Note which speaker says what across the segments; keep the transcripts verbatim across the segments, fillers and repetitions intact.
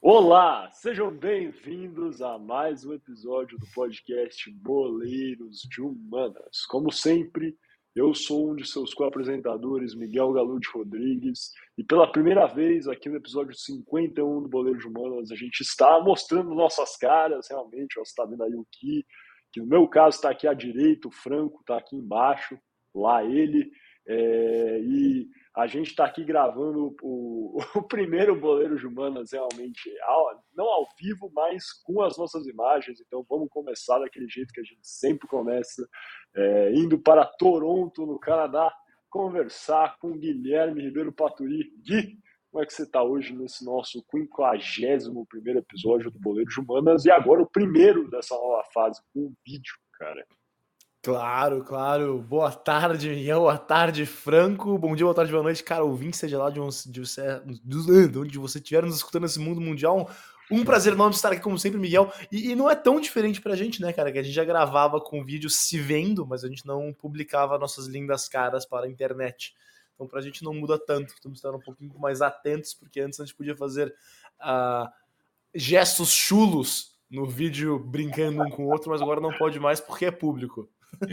Speaker 1: Olá, sejam bem-vindos a mais um episódio do podcast Boleiros de Humanas. Como sempre, eu sou um de seus co-apresentadores, Miguel Galute Rodrigues, e pela primeira vez aqui no episódio cinquenta e um do Boleiros de Humanas, a gente está mostrando nossas caras, realmente, você está vendo aí o Ki, que no meu caso está aqui à direita, o Franco está aqui embaixo, lá ele, é, e a gente está aqui gravando o, o primeiro Boleiro de Humanas realmente, ao, não ao vivo, mas com as nossas imagens. Então vamos começar daquele jeito que a gente sempre começa, é, indo para Toronto, no Canadá, conversar com Guilherme Ribeiro Paturi. Gui, como é que você está hoje nesse nosso quinquagésimo primeiro episódio do Boleiro de Humanas e agora o primeiro dessa nova fase com vídeo, cara?
Speaker 2: Claro, claro. Boa tarde, Miguel. Boa tarde, Franco. Bom dia, boa tarde, boa noite. Cara, ouvinte, seja lá de onde, de você, de onde você estiver nos escutando nesse mundo mundial. Um prazer enorme estar aqui, como sempre, Miguel. E, e não é tão diferente pra gente, né, cara? Que a gente já gravava com vídeo se vendo, mas a gente não publicava nossas lindas caras para a internet. Então, pra gente não muda tanto. Estamos estar um pouquinho mais atentos, porque antes a gente podia fazer uh, gestos chulos no vídeo brincando um com o outro, mas agora não pode mais porque é público.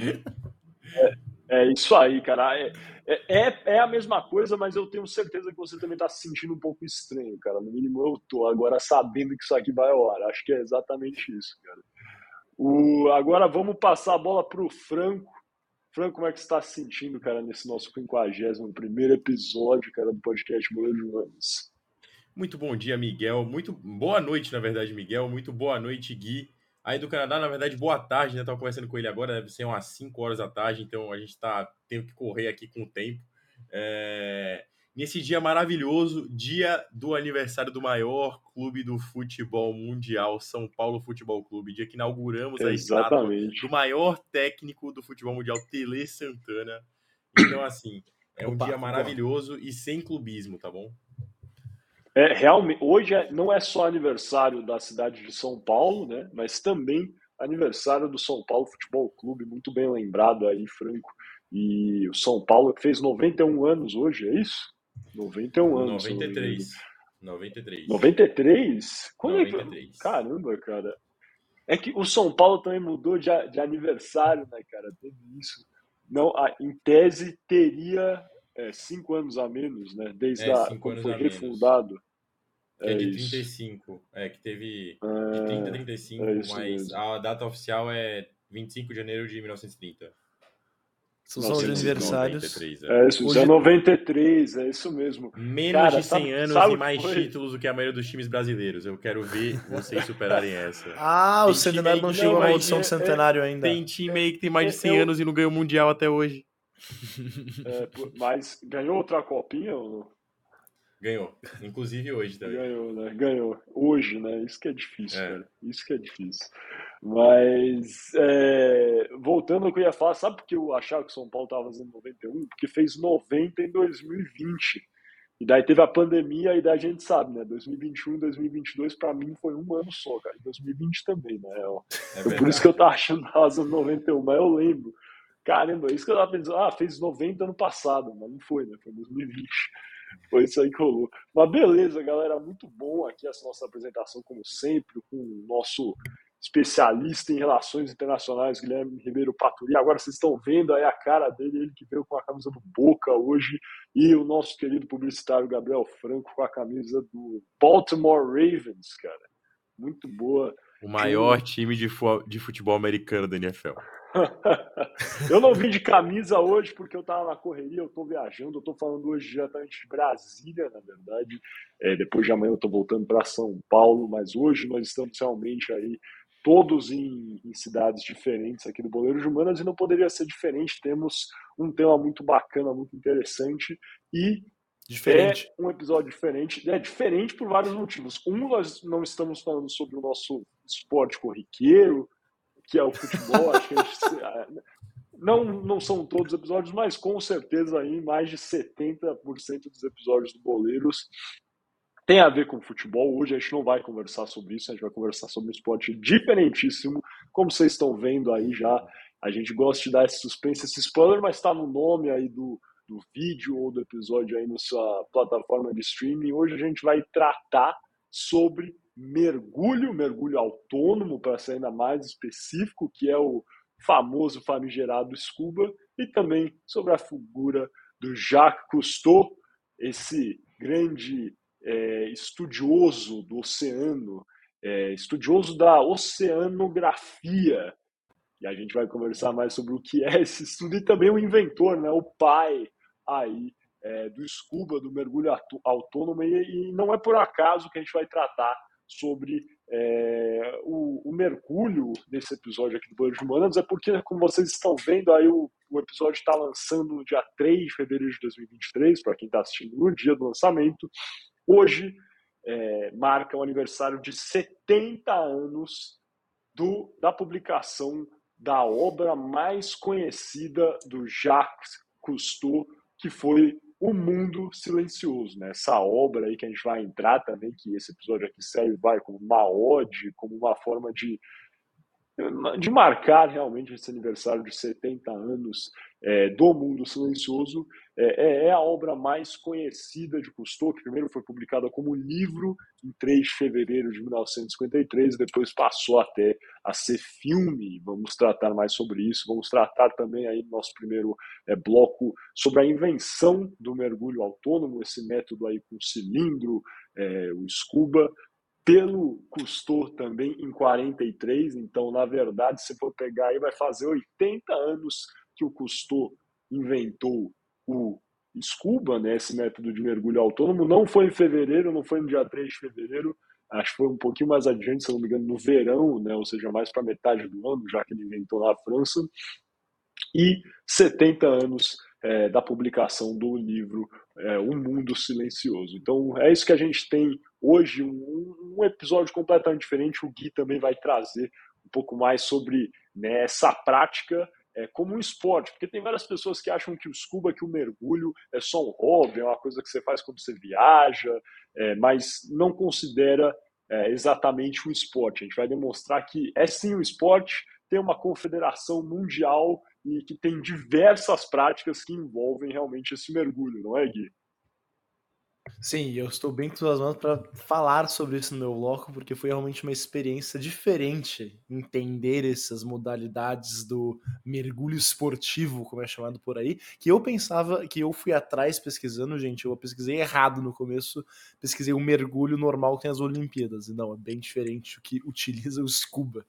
Speaker 1: É, é isso aí, cara. É, é, é a mesma coisa, mas eu tenho certeza que você também está se sentindo um pouco estranho, cara. No mínimo eu tô agora sabendo que isso aqui vai ao ar. Acho que é exatamente isso, cara. O, agora vamos passar a bola para o Franco. Franco, como é que você está se sentindo, cara, nesse nosso quinquagésimo primeiro episódio, cara, do podcast Boleiro de Humanas?
Speaker 3: Muito bom dia, Miguel. Muito boa noite, na verdade, Miguel. Muito boa noite, Gui. Aí do Canadá, na verdade, boa tarde, né? Tava conversando com ele agora, deve ser umas cinco horas da tarde, então a gente tá tendo que correr aqui com o tempo. É... Nesse dia maravilhoso, dia do aniversário do maior clube do futebol mundial, São Paulo Futebol Clube, dia que inauguramos a estátua
Speaker 1: Exatamente.
Speaker 3: do maior técnico do futebol mundial, Tele Santana. Então, assim, é um
Speaker 2: Opa,
Speaker 3: dia maravilhoso e sem clubismo, tá bom?
Speaker 1: É, realmente, hoje é, não é só aniversário da cidade de São Paulo, né? Mas também aniversário do São Paulo Futebol Clube, muito bem lembrado aí, Franco. E o São Paulo que fez noventa e um anos hoje, é isso? noventa e um anos, se eu não me engano.
Speaker 3: noventa e três. noventa e três.
Speaker 1: noventa e três? Quando é que...
Speaker 3: noventa e três.
Speaker 1: Caramba, cara. É que o São Paulo também mudou de, de aniversário, né, cara? Teve isso. Não, a, em tese teria é, cinco anos a menos, né? Desde
Speaker 3: É,
Speaker 1: a,
Speaker 3: cinco
Speaker 1: quando
Speaker 3: anos
Speaker 1: foi
Speaker 3: a menos.
Speaker 1: refundado.
Speaker 3: Que é
Speaker 1: É
Speaker 3: de
Speaker 1: isso.
Speaker 3: trinta e cinco. É, que teve de trinta a trinta e
Speaker 1: É,
Speaker 3: cinco,
Speaker 1: é isso
Speaker 3: mas
Speaker 1: mesmo.
Speaker 3: a data oficial é vinte e cinco de janeiro de mil novecentos e trinta.
Speaker 2: São só os aniversários.
Speaker 3: noventa e três,
Speaker 1: É isso,
Speaker 2: Hoje...
Speaker 1: é noventa e três, é isso mesmo.
Speaker 3: Menos
Speaker 1: Cara,
Speaker 3: de
Speaker 1: sabe,
Speaker 3: cem anos
Speaker 1: sabe
Speaker 3: e
Speaker 1: o que
Speaker 3: mais
Speaker 1: foi?
Speaker 3: títulos do que a maioria dos times brasileiros. Eu quero ver vocês superarem essa.
Speaker 2: Ah, o
Speaker 3: Tem time
Speaker 2: centenário
Speaker 3: aí
Speaker 2: não
Speaker 3: que
Speaker 2: chegou
Speaker 3: tem
Speaker 2: à
Speaker 1: Não,
Speaker 3: mais
Speaker 2: maldição
Speaker 3: de,
Speaker 2: do
Speaker 1: é, é,
Speaker 2: centenário ainda.
Speaker 3: tem time aí que tem mais de
Speaker 1: é,
Speaker 3: cem
Speaker 1: eu,
Speaker 3: anos e não ganhou o Mundial até hoje.
Speaker 1: é, mas ganhou outra copinha ou não?
Speaker 3: Ganhou. Inclusive hoje também.
Speaker 1: Ganhou, né? Ganhou. Hoje, né? Isso que é difícil,
Speaker 3: É.
Speaker 1: cara. Isso que é difícil. Mas, é, voltando ao que eu ia falar, sabe por que eu achava que o São Paulo estava fazendo noventa e um? Porque fez noventa em dois mil e vinte. E daí teve a pandemia, e daí a gente sabe, né? dois mil e vinte e um e dois mil e vinte e dois, pra mim, foi um ano só, cara. E dois mil e vinte também, né?
Speaker 3: É
Speaker 1: Então, por isso que eu
Speaker 3: verdade.
Speaker 1: tava achando que tava fazendo noventa e um, mas eu lembro. Caramba, é isso que eu tava pensando. Ah, fez noventa ano passado, mas não foi, né? Foi dois mil e vinte. Foi isso aí que rolou. Mas beleza, galera, muito bom aqui essa nossa apresentação, como sempre, com o nosso especialista em relações internacionais, Guilherme Ribeiro Paturi. Agora vocês estão vendo aí a cara dele, ele que veio com a camisa do Boca hoje, e o nosso querido publicitário Gabriel Franco com a camisa do Baltimore Ravens, cara. Muito boa.
Speaker 3: O maior time de, fu- de futebol americano da N F L.
Speaker 1: Eu não vim de camisa hoje porque eu tava na correria, eu tô viajando, eu tô falando hoje diretamente de Brasília, na verdade. É, depois de amanhã eu tô voltando para São Paulo, mas hoje nós estamos realmente aí todos em, em cidades diferentes aqui do Boleiro de Humanas e não poderia ser diferente. Temos um tema muito bacana, muito interessante e
Speaker 2: Diferente.
Speaker 1: é um episódio diferente. É diferente por vários motivos. Um, nós não estamos falando sobre o nosso esporte corriqueiro, que é o futebol. Acho que a gente, não, não são todos os episódios, mas com certeza aí mais de setenta por cento dos episódios do Boleiros tem a ver com futebol. Hoje a gente não vai conversar sobre isso, a gente vai conversar sobre um esporte diferentíssimo. Como vocês estão vendo aí já, a gente gosta de dar esse suspense, esse spoiler, mas está no nome aí do, do vídeo ou do episódio aí na sua plataforma de streaming. Hoje a gente vai tratar sobre mergulho, mergulho autônomo, para ser ainda mais específico, que é o famoso famigerado scuba, e também sobre a figura do Jacques Cousteau, esse grande é, estudioso do oceano, é, estudioso da oceanografia. E a gente vai conversar mais sobre o que é esse estudo e também o inventor, né, o pai aí é, do scuba, do mergulho autônomo, e, e não é por acaso que a gente vai tratar sobre é, o, o mergulho nesse episódio aqui do Boleiros de Humanas, é porque, como vocês estão vendo, aí o, o episódio está lançando no dia três de fevereiro de dois mil e vinte e três, para quem está assistindo no dia do lançamento. Hoje é, marca o aniversário de setenta anos do, da publicação da obra mais conhecida do Jacques Cousteau, que foi O Mundo Silencioso, né? Essa obra aí que a gente vai entrar também, que esse episódio aqui serve vai como uma ode, como uma forma de, de marcar realmente esse aniversário de setenta anos é, do Mundo Silencioso. É, é a obra mais conhecida de Cousteau, que primeiro foi publicada como livro em três de fevereiro de mil novecentos e cinquenta e três, depois passou até a ser filme. Vamos tratar mais sobre isso. Vamos tratar também aí no nosso primeiro é, bloco sobre a invenção do mergulho autônomo, esse método aí com cilindro, é, o scuba, pelo Cousteau também em quarenta e três. Então, na verdade, se for pegar aí, vai fazer oitenta anos que o Cousteau inventou o scuba, né, esse método de mergulho autônomo. Não foi em fevereiro, não foi no dia três de fevereiro, acho que foi um pouquinho mais adiante, se não me engano, no verão, né, ou seja, mais para metade do ano, já que ele inventou na França. E setenta anos é, da publicação do livro é, O Mundo Silencioso. Então, é isso que a gente tem hoje, um, um episódio completamente diferente. O Gui também vai trazer um pouco mais sobre, né, essa prática é, como um esporte, porque tem várias pessoas que acham que o scuba, que o mergulho é só um hobby, é uma coisa que você faz quando você viaja, é, mas não considera é, exatamente um esporte. A gente vai demonstrar que é sim um esporte, tem uma confederação mundial e que tem diversas práticas que envolvem realmente esse mergulho, não é, Gui?
Speaker 2: Sim, eu estou bem entusiasmado para falar sobre isso no meu bloco, porque foi realmente uma experiência diferente entender essas modalidades do mergulho esportivo, como é chamado por aí, que eu pensava, que eu fui atrás pesquisando, gente, eu pesquisei errado no começo, pesquisei o mergulho normal que tem as Olimpíadas, e não, é bem diferente o que utiliza o scuba.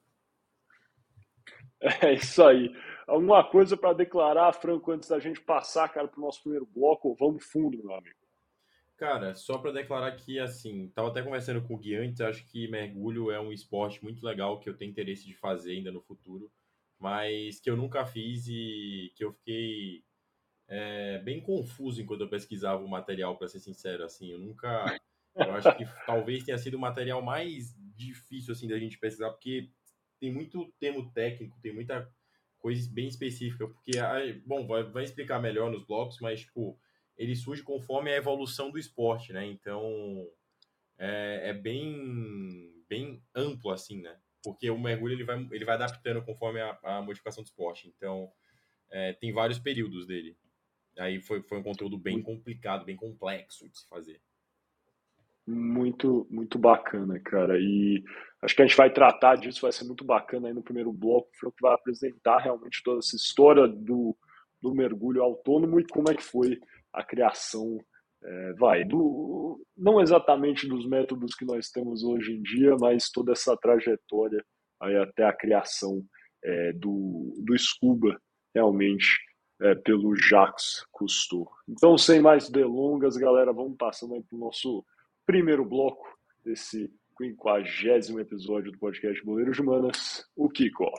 Speaker 1: É isso aí. Alguma coisa para declarar, Franco, antes da gente passar, cara, para o nosso primeiro bloco? Vamos fundo, meu amigo.
Speaker 3: Cara, só para declarar que, assim, tava até conversando com o Gui antes, acho que mergulho é um esporte muito legal que eu tenho interesse de fazer ainda no futuro, mas que eu nunca fiz e que eu fiquei é, bem confuso enquanto eu pesquisava o material, para ser sincero, assim, eu nunca... Eu acho que talvez tenha sido o material mais difícil, assim, da gente pesquisar, porque tem muito termo técnico, tem muita coisa bem específica, porque, bom, vai, vai explicar melhor nos blocos, mas, tipo, ele surge conforme a evolução do esporte, né? Então, é, é bem, bem amplo, assim, né? Porque o mergulho, ele vai, ele vai adaptando conforme a, a modificação do esporte. Então, é, tem vários períodos dele. Aí foi, foi um conteúdo bem complicado, bem complexo de se fazer.
Speaker 1: Muito, muito bacana, cara. E acho que a gente vai tratar disso, vai ser muito bacana aí no primeiro bloco. O Franco vai apresentar realmente toda essa história do, do mergulho autônomo e como é que foi a criação, é, vai, do, não exatamente dos métodos que nós temos hoje em dia, mas toda essa trajetória aí até a criação é, do, do scuba, realmente, é, pelo Jacques Cousteau. Então, sem mais delongas, galera, vamos passando aí para o nosso primeiro bloco desse quinquagésimo episódio do podcast Boleiros de Humanas, o Kickoff.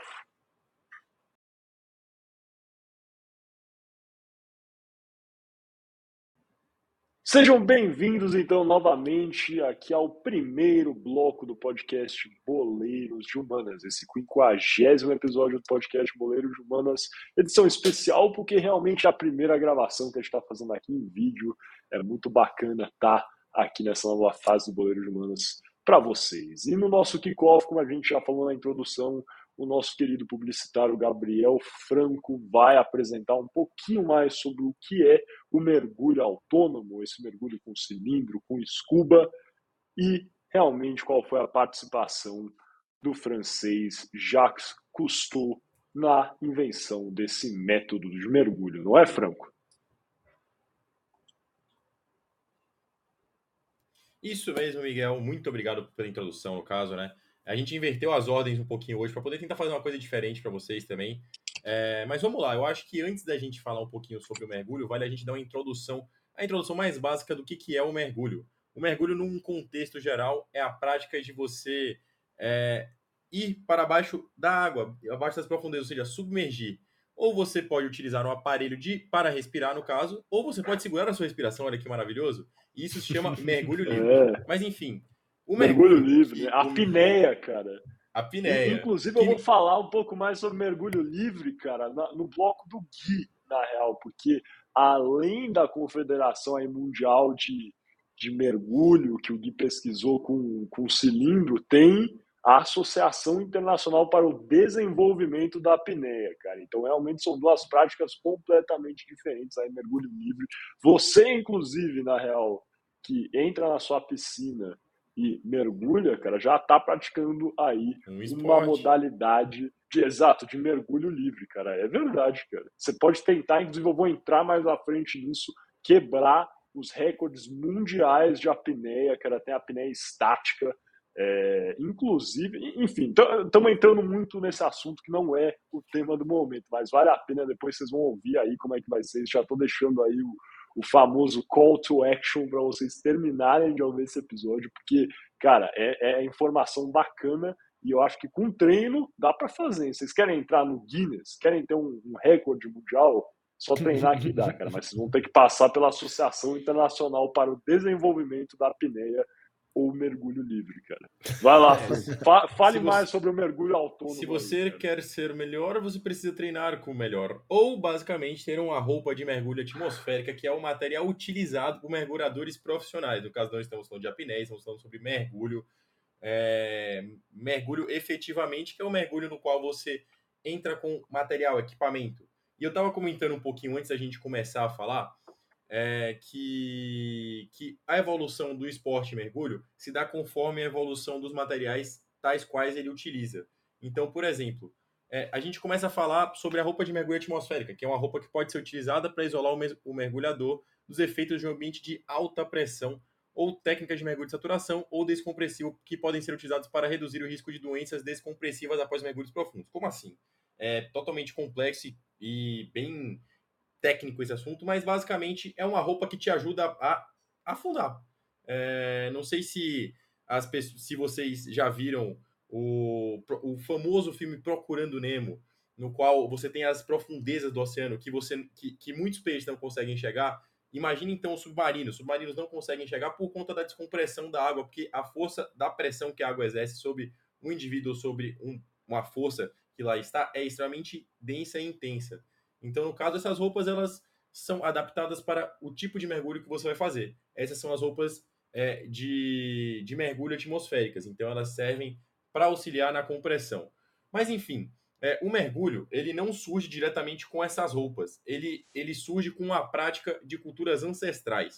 Speaker 1: Sejam bem-vindos, então, novamente aqui ao primeiro bloco do podcast Boleiros de Humanas, esse quinquagésimo episódio do podcast Boleiros de Humanas, edição especial, porque realmente é a primeira gravação que a gente está fazendo aqui em vídeo. É muito bacana estar aqui nessa nova fase do Boleiros de Humanas para vocês. E no nosso kickoff, como a gente já falou na introdução, o nosso querido publicitário Gabriel Franco vai apresentar um pouquinho mais sobre o que é o mergulho autônomo, esse mergulho com cilindro, com scuba, e realmente qual foi a participação do francês Jacques Cousteau na invenção desse método de mergulho, não é, Franco?
Speaker 3: Isso mesmo, Miguel. Muito obrigado pela introdução, no caso, né? A gente inverteu as ordens um pouquinho hoje para poder tentar fazer uma coisa diferente para vocês também. É, mas vamos lá, eu acho que antes da gente falar um pouquinho sobre o mergulho, vale a gente dar uma introdução, a introdução mais básica do que, que é o mergulho. O mergulho, num contexto geral, é a prática de você é, ir para baixo da água, abaixo das profundezas, ou seja, submergir. Ou você pode utilizar um aparelho de para respirar, no caso, ou você pode segurar a sua respiração, olha que maravilhoso. E isso se chama mergulho livre.
Speaker 1: É,
Speaker 3: Mas enfim, o
Speaker 1: mergulho
Speaker 3: mergulho
Speaker 1: livre, né?
Speaker 3: que
Speaker 1: A
Speaker 3: o Miguel,
Speaker 1: apneia, cara.
Speaker 3: a
Speaker 1: In-
Speaker 3: apneia,
Speaker 1: Inclusive, eu vou
Speaker 3: que
Speaker 1: falar um pouco mais sobre mergulho livre, cara, na- no bloco do Gui, na real, porque além da Confederação aí Mundial de, de Mergulho, que o Gui pesquisou com, com cilindro, tem a Associação Internacional para o Desenvolvimento da Apneia, cara. Então, realmente são duas práticas completamente diferentes aí, mergulho livre. Você, inclusive, na real, que entra na sua piscina e mergulha, cara, já está praticando aí
Speaker 3: um
Speaker 1: uma
Speaker 3: esporte.
Speaker 1: modalidade de exato de mergulho livre, cara. É verdade, cara. Você pode tentar, inclusive eu vou entrar mais à frente nisso, quebrar os recordes mundiais de apneia, cara. Tem apneia estática, é, inclusive, enfim, estamos entrando muito nesse assunto que não é o tema do momento, mas vale a pena, depois vocês vão ouvir aí como é que vai ser. Já estou deixando aí o, o famoso call to action para vocês terminarem de ouvir esse episódio, porque, cara, é, é informação bacana e eu acho que com treino dá para fazer. Vocês querem entrar no Guinness? Querem ter um, um recorde mundial? Só treinar que dá, cara. Mas vocês vão ter que passar pela Associação Internacional para o Desenvolvimento da Apneia ou mergulho livre, cara. Vai lá,
Speaker 3: É,
Speaker 1: Franco. Fa- Fale
Speaker 3: se
Speaker 1: mais
Speaker 3: você,
Speaker 1: sobre o mergulho
Speaker 3: se
Speaker 1: autônomo aí,
Speaker 3: você
Speaker 1: cara.
Speaker 3: quer ser o melhor, você precisa treinar com o melhor. Ou, basicamente, ter uma roupa de mergulho atmosférica, que é o material utilizado por mergulhadores profissionais. No caso, não estamos falando de apneia, estamos falando sobre mergulho. É, mergulho efetivamente, que é o mergulho no qual você entra com material, equipamento. E eu estava comentando um pouquinho antes da gente começar a falar é, que, que a evolução do esporte mergulho se dá conforme a evolução dos materiais tais quais ele utiliza. Então, por exemplo, é, a gente começa a falar sobre a roupa de mergulho atmosférica, que é uma roupa que pode ser utilizada para isolar o, mes- o mergulhador dos efeitos de um ambiente de alta pressão ou técnicas de mergulho de saturação ou descompressivo que podem ser utilizados para reduzir o risco de doenças descompressivas após mergulhos profundos. Como assim? É totalmente complexo e, e bem técnico esse assunto, mas basicamente é uma roupa que te ajuda a afundar. É, não sei se, as pessoas, se vocês já viram o, o famoso filme Procurando Nemo, no qual você tem as profundezas do oceano que, você, que, que muitos peixes não conseguem chegar. Imagine então o submarino. Os submarinos não conseguem chegar por conta da descompressão da água, porque a força da pressão que a água exerce sobre um indivíduo, sobre um, uma força que lá está, é extremamente densa e intensa. Então, no caso, essas roupas elas são adaptadas para o tipo de mergulho que você vai fazer. Essas são as roupas é, de, de mergulho atmosféricas. Então, elas servem para auxiliar na compressão. Mas, enfim, é, o mergulho ele não surge diretamente com essas roupas. Ele, ele surge com a prática de culturas ancestrais.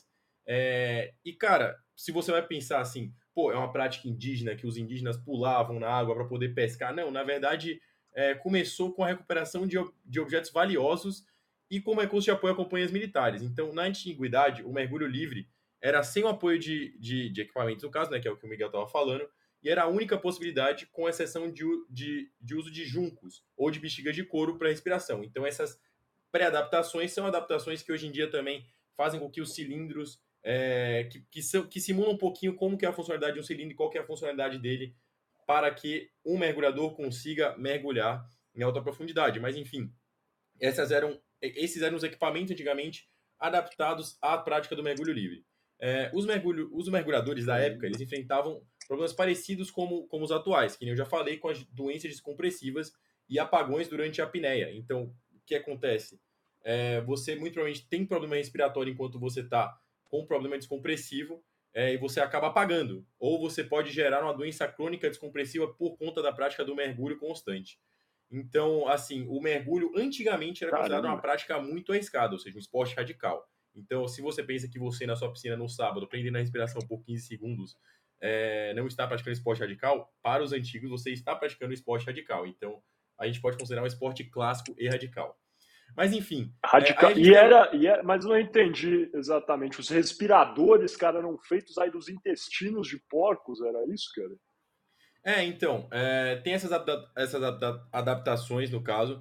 Speaker 3: É, e, cara, se você vai pensar assim, pô, é uma prática indígena que os indígenas pulavam na água para poder pescar. Não, na verdade, é, começou com a recuperação de, de objetos valiosos e como recurso de apoio a companhias militares. Então, na antiguidade, o mergulho livre era sem o apoio de, de, de equipamentos, no caso, né, que é o que o Miguel estava falando, e era a única possibilidade, com exceção de, de, de uso de juncos ou de bexigas de couro para respiração. Então, essas pré-adaptações são adaptações que hoje em dia também fazem com que os cilindros é, que, que, são, que simulam um pouquinho como que é a funcionalidade de um cilindro e qual que é a funcionalidade dele para que um mergulhador consiga mergulhar em alta profundidade. Mas, enfim, essas eram, esses eram os equipamentos antigamente adaptados à prática do mergulho livre. É, os, mergulho, os mergulhadores da época eles enfrentavam problemas parecidos como, como os atuais, que nem eu já falei, com as doenças descompressivas e apagões durante a apneia. Então, o que acontece? É, você muito provavelmente tem problema respiratório enquanto você está com um problema descompressivo é, e você acaba apagando. Ou você pode gerar uma doença crônica descompressiva por conta da prática do mergulho constante. Então, assim, o mergulho antigamente era considerado uma
Speaker 1: Caramba.
Speaker 3: prática muito arriscada, ou seja, um esporte radical. Então, se você pensa que você na sua piscina no sábado, prendendo a respiração por quinze segundos, é, não está praticando esporte radical, para os antigos você está praticando esporte radical. Então, a gente pode considerar um esporte clássico e radical. Mas, enfim... É,
Speaker 1: Radical. E
Speaker 3: vai...
Speaker 1: era, e era, mas não entendi exatamente. Os respiradores, cara, eram feitos aí dos intestinos de porcos, era isso, cara?
Speaker 3: É, então, é, tem essas, adapta essas adaptações, no caso,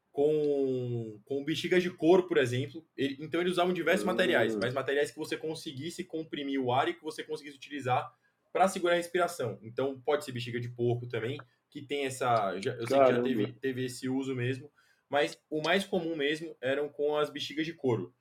Speaker 3: com, com bexigas de couro, por exemplo. Ele, então, eles usavam diversos
Speaker 1: Hum.
Speaker 3: materiais, mas materiais que você conseguisse comprimir o ar e que você conseguisse utilizar para segurar a respiração. Então, pode ser bexiga de porco também, que tem essa... Já, eu sei que já teve, teve esse uso mesmo, mas o mais comum mesmo eram com as bexigas de couro.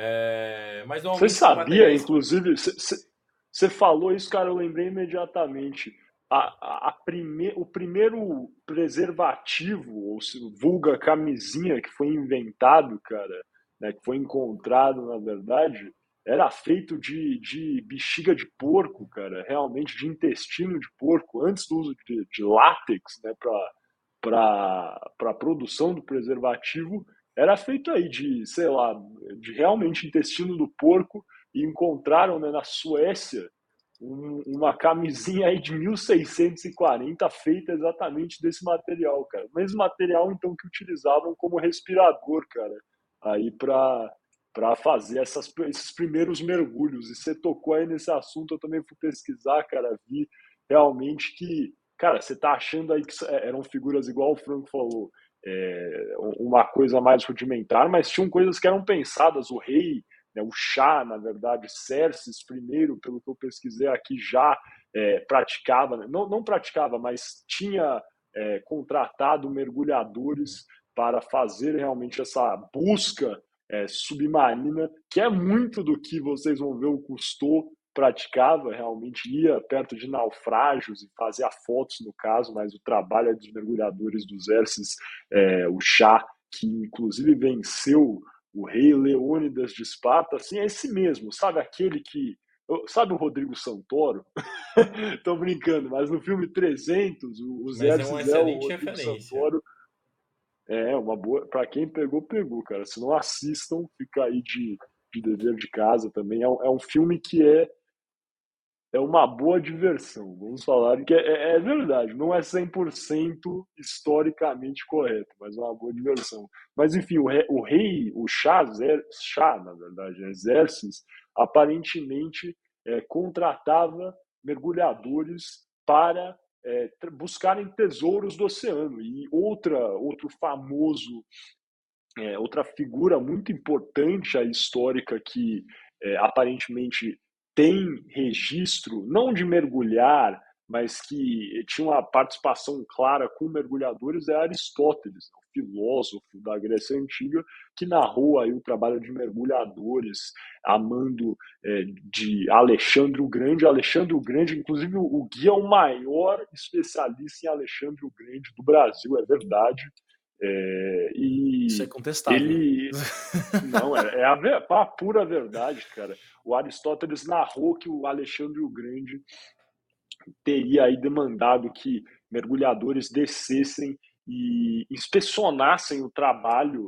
Speaker 3: É, mas normalmente
Speaker 1: você sabia,
Speaker 3: materiais...
Speaker 1: inclusive, você falou isso, cara, eu lembrei imediatamente. A, a, a prime, o primeiro preservativo, ou se vulga camisinha, que foi inventado, cara, né, que foi encontrado, na verdade, era feito de, de bexiga de porco, cara, realmente de intestino de porco, antes do uso de, de látex, né, para a produção do preservativo, era feito aí de, sei lá, de realmente intestino do porco, e encontraram, né, na Suécia um, uma camisinha aí de mil seiscentos e quarenta feita exatamente desse material, cara. O mesmo material, então, que utilizavam como respirador, cara, aí para para fazer essas, esses primeiros mergulhos. E você tocou aí nesse assunto, eu também fui pesquisar, cara, vi realmente que, cara, você tá achando aí que eram figuras igual o Franco falou, é, uma coisa mais rudimentar, mas tinham coisas que eram pensadas. O rei, né, o Shah, na verdade, Xerxes primeiro, pelo que eu pesquisei aqui, já é, praticava, não, não praticava, mas tinha é, contratado mergulhadores para fazer realmente essa busca é, submarina, que é muito do que vocês vão ver o Cousteau praticava, realmente ia perto de naufrágios e fazia fotos, no caso, mas o trabalho é dos mergulhadores do Xerxes, é, o Shah, que inclusive venceu o rei Leônidas de Esparta, assim, é esse mesmo, sabe aquele que... Sabe o Rodrigo Santoro? Tô brincando, mas no filme trezentos, o
Speaker 3: Mas é uma
Speaker 1: Xerxes é o
Speaker 3: excelente
Speaker 1: Rodrigo
Speaker 3: referência.
Speaker 1: Santoro. É, uma boa. Para quem pegou, pegou, cara. Se não assistam, fica aí de, de dever de casa também. É um, é um filme que é, é uma boa diversão. Vamos falar que é, é, é verdade, não é cem por cento historicamente correto, mas é uma boa diversão. Mas enfim, o rei, o, rei, o Shah, Shah, na verdade, né, Xerxes, aparentemente é, contratava mergulhadores para é, buscarem tesouros do oceano. E outra, outro famoso, é, outra figura muito importante, a histórica, que é, aparentemente tem registro, não de mergulhar, mas que tinha uma participação clara com mergulhadores, é Aristóteles, o filósofo da Grécia Antiga, que narrou aí o trabalho de mergulhadores, amando é, de Alexandre o Grande. Alexandre o Grande, inclusive, o Gui é o maior especialista em Alexandre o Grande do Brasil, é verdade. É, e
Speaker 2: Isso é contestável.
Speaker 1: ele... Não, é, é a, a pura verdade, cara. O Aristóteles narrou que o Alexandre o Grande teria aí demandado que mergulhadores descessem e inspecionassem o trabalho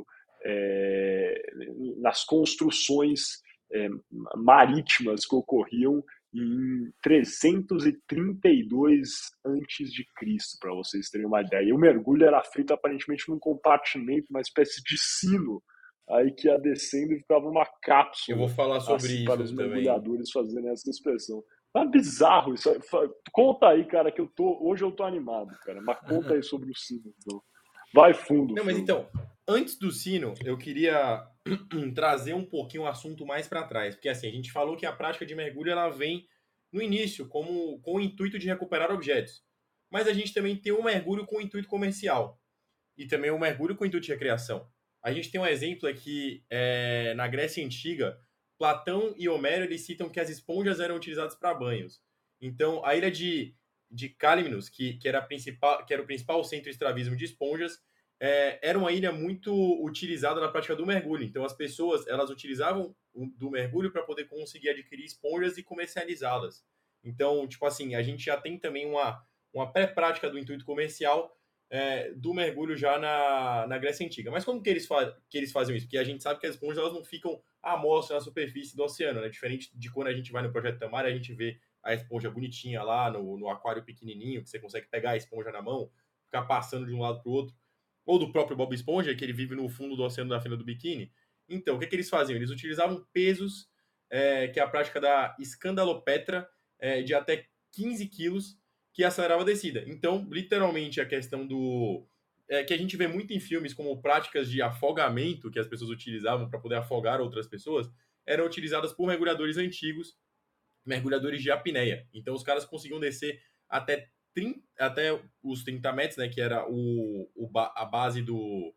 Speaker 1: é, nas construções é, marítimas que ocorriam em trezentos e trinta e dois antes de Cristo, para vocês terem uma ideia. E o mergulho era feito aparentemente num compartimento, uma espécie de sino, aí que ia descendo e ficava uma cápsula,
Speaker 3: eu vou falar sobre
Speaker 1: assim,
Speaker 3: isso
Speaker 1: para os
Speaker 3: também.
Speaker 1: mergulhadores fazerem essa inspeção. É bizarro isso. Conta aí, cara, que eu tô. Hoje eu tô animado, cara. Mas conta aí sobre o sino, então. Vai fundo.
Speaker 3: Não, mas
Speaker 1: fundo.
Speaker 3: então, antes do sino, eu queria trazer um pouquinho o assunto mais para trás. Porque assim, a gente falou que a prática de mergulho ela vem no início como, com o intuito de recuperar objetos. Mas a gente também tem o mergulho com o intuito comercial. E também o mergulho com o intuito de recreação. A gente tem um exemplo aqui é, na Grécia Antiga. Platão e Homero eles citam que as esponjas eram utilizadas para banhos. Então, a ilha de, de Kalymnos, que, que, era principal, que era o principal centro de extravismo de esponjas, é, era uma ilha muito utilizada na prática do mergulho. Então, as pessoas elas utilizavam o, do mergulho para poder conseguir adquirir esponjas e comercializá-las. Então, tipo assim, a gente já tem também uma, uma pré-prática do intuito comercial é, do mergulho já na, na Grécia Antiga. Mas como que eles, fa que eles faziam isso? Porque a gente sabe que as esponjas elas não ficam à mostra na superfície do oceano, né? Diferente de quando a gente vai no Projeto Tamar, a gente vê a esponja bonitinha lá no, no aquário pequenininho, que você consegue pegar a esponja na mão, ficar passando de um lado para o outro, ou do próprio Bob Esponja, que ele vive no fundo do oceano da fenda do biquíni. Então, o que, que eles faziam? Eles utilizavam pesos, é, que é a prática da escandalopetra, é, de até quinze quilos, que acelerava a descida. Então, literalmente, a questão do... É, que a gente vê muito em filmes como práticas de afogamento que as pessoas utilizavam para poder afogar outras pessoas, eram utilizadas por mergulhadores antigos, mergulhadores de apneia. Então, os caras conseguiam descer até, trinta, até os trinta metros, né, que era o, o, a base do,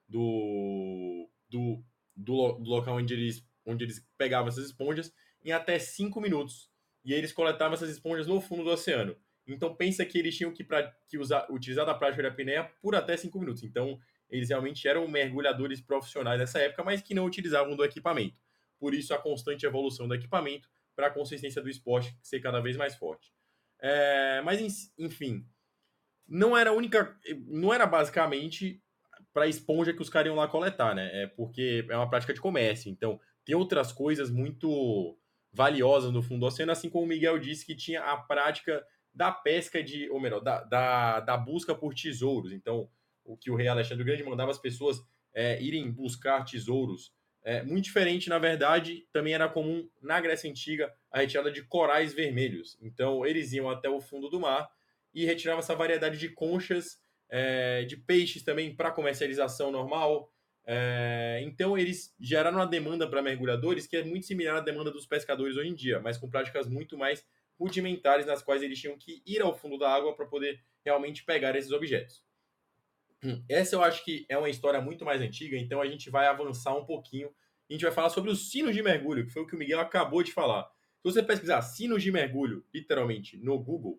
Speaker 3: do, do, do, do local onde eles, onde eles pegavam essas esponjas, em até cinco minutos. E eles coletavam essas esponjas no fundo do oceano. Então, pensa que eles tinham que, pra, que usar, utilizar a prática de apneia por até cinco minutos. Então, eles realmente eram mergulhadores profissionais nessa época, mas que não utilizavam do equipamento. Por isso, a constante evolução do equipamento para a consistência do esporte ser cada vez mais forte. É, mas, enfim, não era a única... Não era basicamente para a esponja que os caras iam lá coletar, né? É porque é uma prática de comércio. Então, tem outras coisas muito valiosas no fundo do oceano, assim como o Miguel disse que tinha a prática da pesca de, ou melhor, da, da, da busca por tesouros. Então, o que o rei Alexandre o Grande mandava as pessoas é, irem buscar tesouros. É, muito diferente, na verdade, também era comum na Grécia Antiga a retirada de corais vermelhos. Então, eles iam até o fundo do mar e retiravam essa variedade de conchas, é, de peixes também para comercialização normal. É, então, eles geraram uma demanda para mergulhadores que é muito similar à demanda dos pescadores hoje em dia, mas com práticas muito mais rudimentares nas quais eles tinham que ir ao fundo da água para poder realmente pegar esses objetos. Essa eu acho que é uma história muito mais antiga, então a gente vai avançar um pouquinho. A gente vai falar sobre os sinos de mergulho, que foi o que o Miguel acabou de falar. Se você pesquisar sinos de mergulho, literalmente, no Google,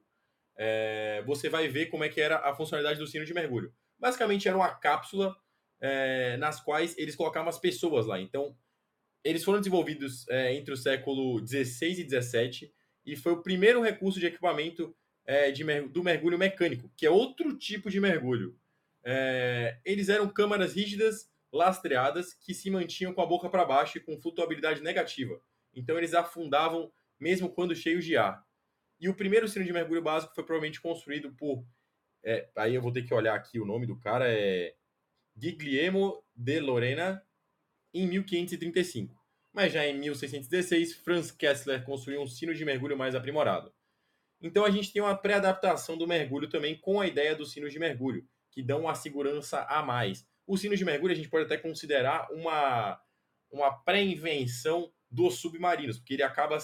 Speaker 3: é, você vai ver como é que era a funcionalidade do sino de mergulho. Basicamente, era uma cápsula é, nas quais eles colocavam as pessoas lá. Então, eles foram desenvolvidos é, entre o século dezesseis e dezessete e foi o primeiro recurso de equipamento é, de mer do mergulho mecânico, que é outro tipo de mergulho. É, eles eram câmaras rígidas, lastreadas, que se mantinham com a boca para baixo e com flutuabilidade negativa. Então eles afundavam mesmo quando cheios de ar. E o primeiro sino de mergulho básico foi provavelmente construído por... É, aí eu vou ter que olhar aqui o nome do cara, é Guglielmo de Lorena, em mil quinhentos e trinta e cinco. Mas já em mil seiscentos e dezesseis, Franz Kessler construiu um sino de mergulho mais aprimorado. Então a gente tem uma pré-adaptação do mergulho também com a ideia dos sinos de mergulho, que dão uma segurança a mais. O sino de mergulho a gente pode até considerar uma, uma pré-invenção dos submarinos, porque ele acaba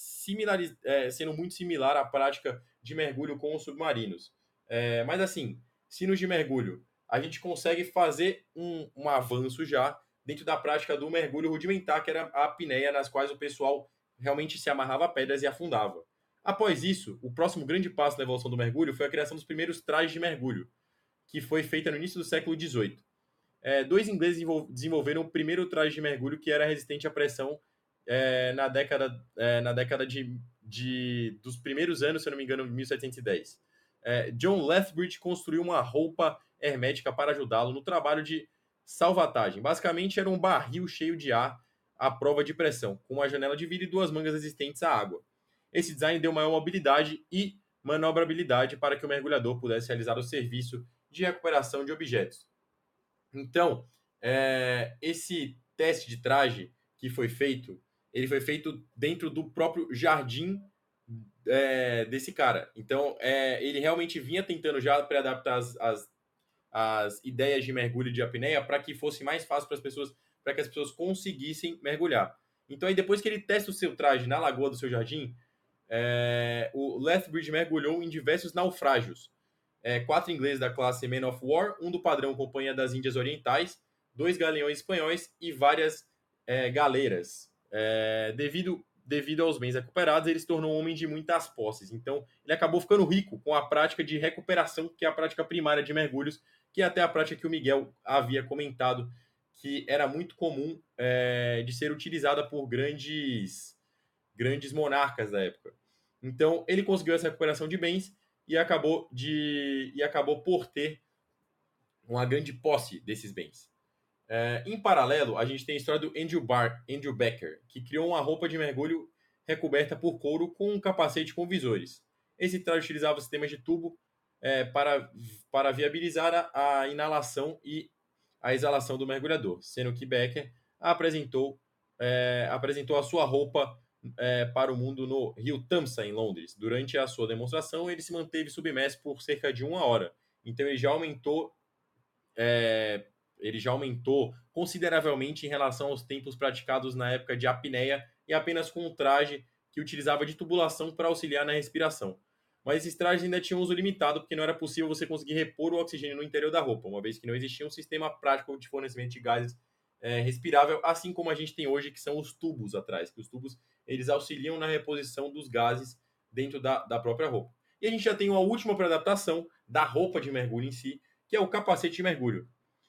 Speaker 3: é, sendo muito similar à prática de mergulho com os submarinos. É, mas assim, sinos de mergulho, a gente consegue fazer um, um avanço já dentro da prática do mergulho rudimentar, que era a apneia, nas quais o pessoal realmente se amarrava a pedras e afundava. Após isso, o próximo grande passo na evolução do mergulho foi a criação dos primeiros trajes de mergulho, que foi feita no início do século dezoito. É, dois ingleses desenvolveram o primeiro traje de mergulho que era resistente à pressão é, na década, é, na década de, de, dos primeiros anos, se eu não me engano, mil setecentos e dez. É, John Lethbridge construiu uma roupa hermética para ajudá-lo no trabalho de salvatagem. Basicamente, era um barril cheio de ar à prova de pressão, com uma janela de vidro e duas mangas resistentes à água. Esse design deu maior mobilidade e manobrabilidade para que o mergulhador pudesse realizar o serviço de recuperação de objetos. Então, é, esse teste de traje que foi feito, ele foi feito dentro do próprio jardim é, desse cara. Então, é, ele realmente vinha tentando já pré-adaptar as, as, as ideias de mergulho de apneia para que fosse mais fácil para as pessoas, para que as pessoas conseguissem mergulhar. Então, aí, depois que ele testa o seu traje na lagoa do seu jardim, é, o Lethbridge mergulhou em diversos naufrágios. É, quatro ingleses da classe Man of War, um do padrão Companhia das Índias Orientais, dois galeões espanhóis e várias é, galeiras. É, devido, devido aos bens recuperados, ele se tornou um homem de muitas posses. Então, ele acabou ficando rico com a prática de recuperação, que é a prática primária de mergulhos, que é até a prática que o Miguel havia comentado, que era muito comum é, de ser utilizada por grandes, grandes monarcas da época. Então, ele conseguiu essa recuperação de bens e acabou, de, e acabou por ter uma grande posse desses bens. É, em paralelo, a gente tem a história do Andrew, Bar, Andrew Becker, que criou uma roupa de mergulho recoberta por couro com um capacete com visores. Esse traje utilizava sistemas de tubo é, para, para viabilizar a, a inalação e a exalação do mergulhador, sendo que Becker apresentou, é, apresentou a sua roupa é, para o mundo no rio Tamsa, em Londres. Durante a sua demonstração, ele se manteve submerso por cerca de uma hora. Então ele já aumentou, é, ele já aumentou consideravelmente em relação aos tempos praticados na época de apneia e apenas com um traje que utilizava de tubulação para auxiliar na respiração. Mas esses trajes ainda tinham uso limitado, porque não era possível você conseguir repor o oxigênio no interior da roupa, uma vez que não existia um sistema prático de fornecimento de gases é, respirável, assim como a gente tem hoje, que são os tubos atrás, que os tubos eles auxiliam na reposição dos gases dentro da, da própria roupa. E a gente já tem uma última pré-adaptação da roupa de mergulho em si, que é o capacete de mergulho.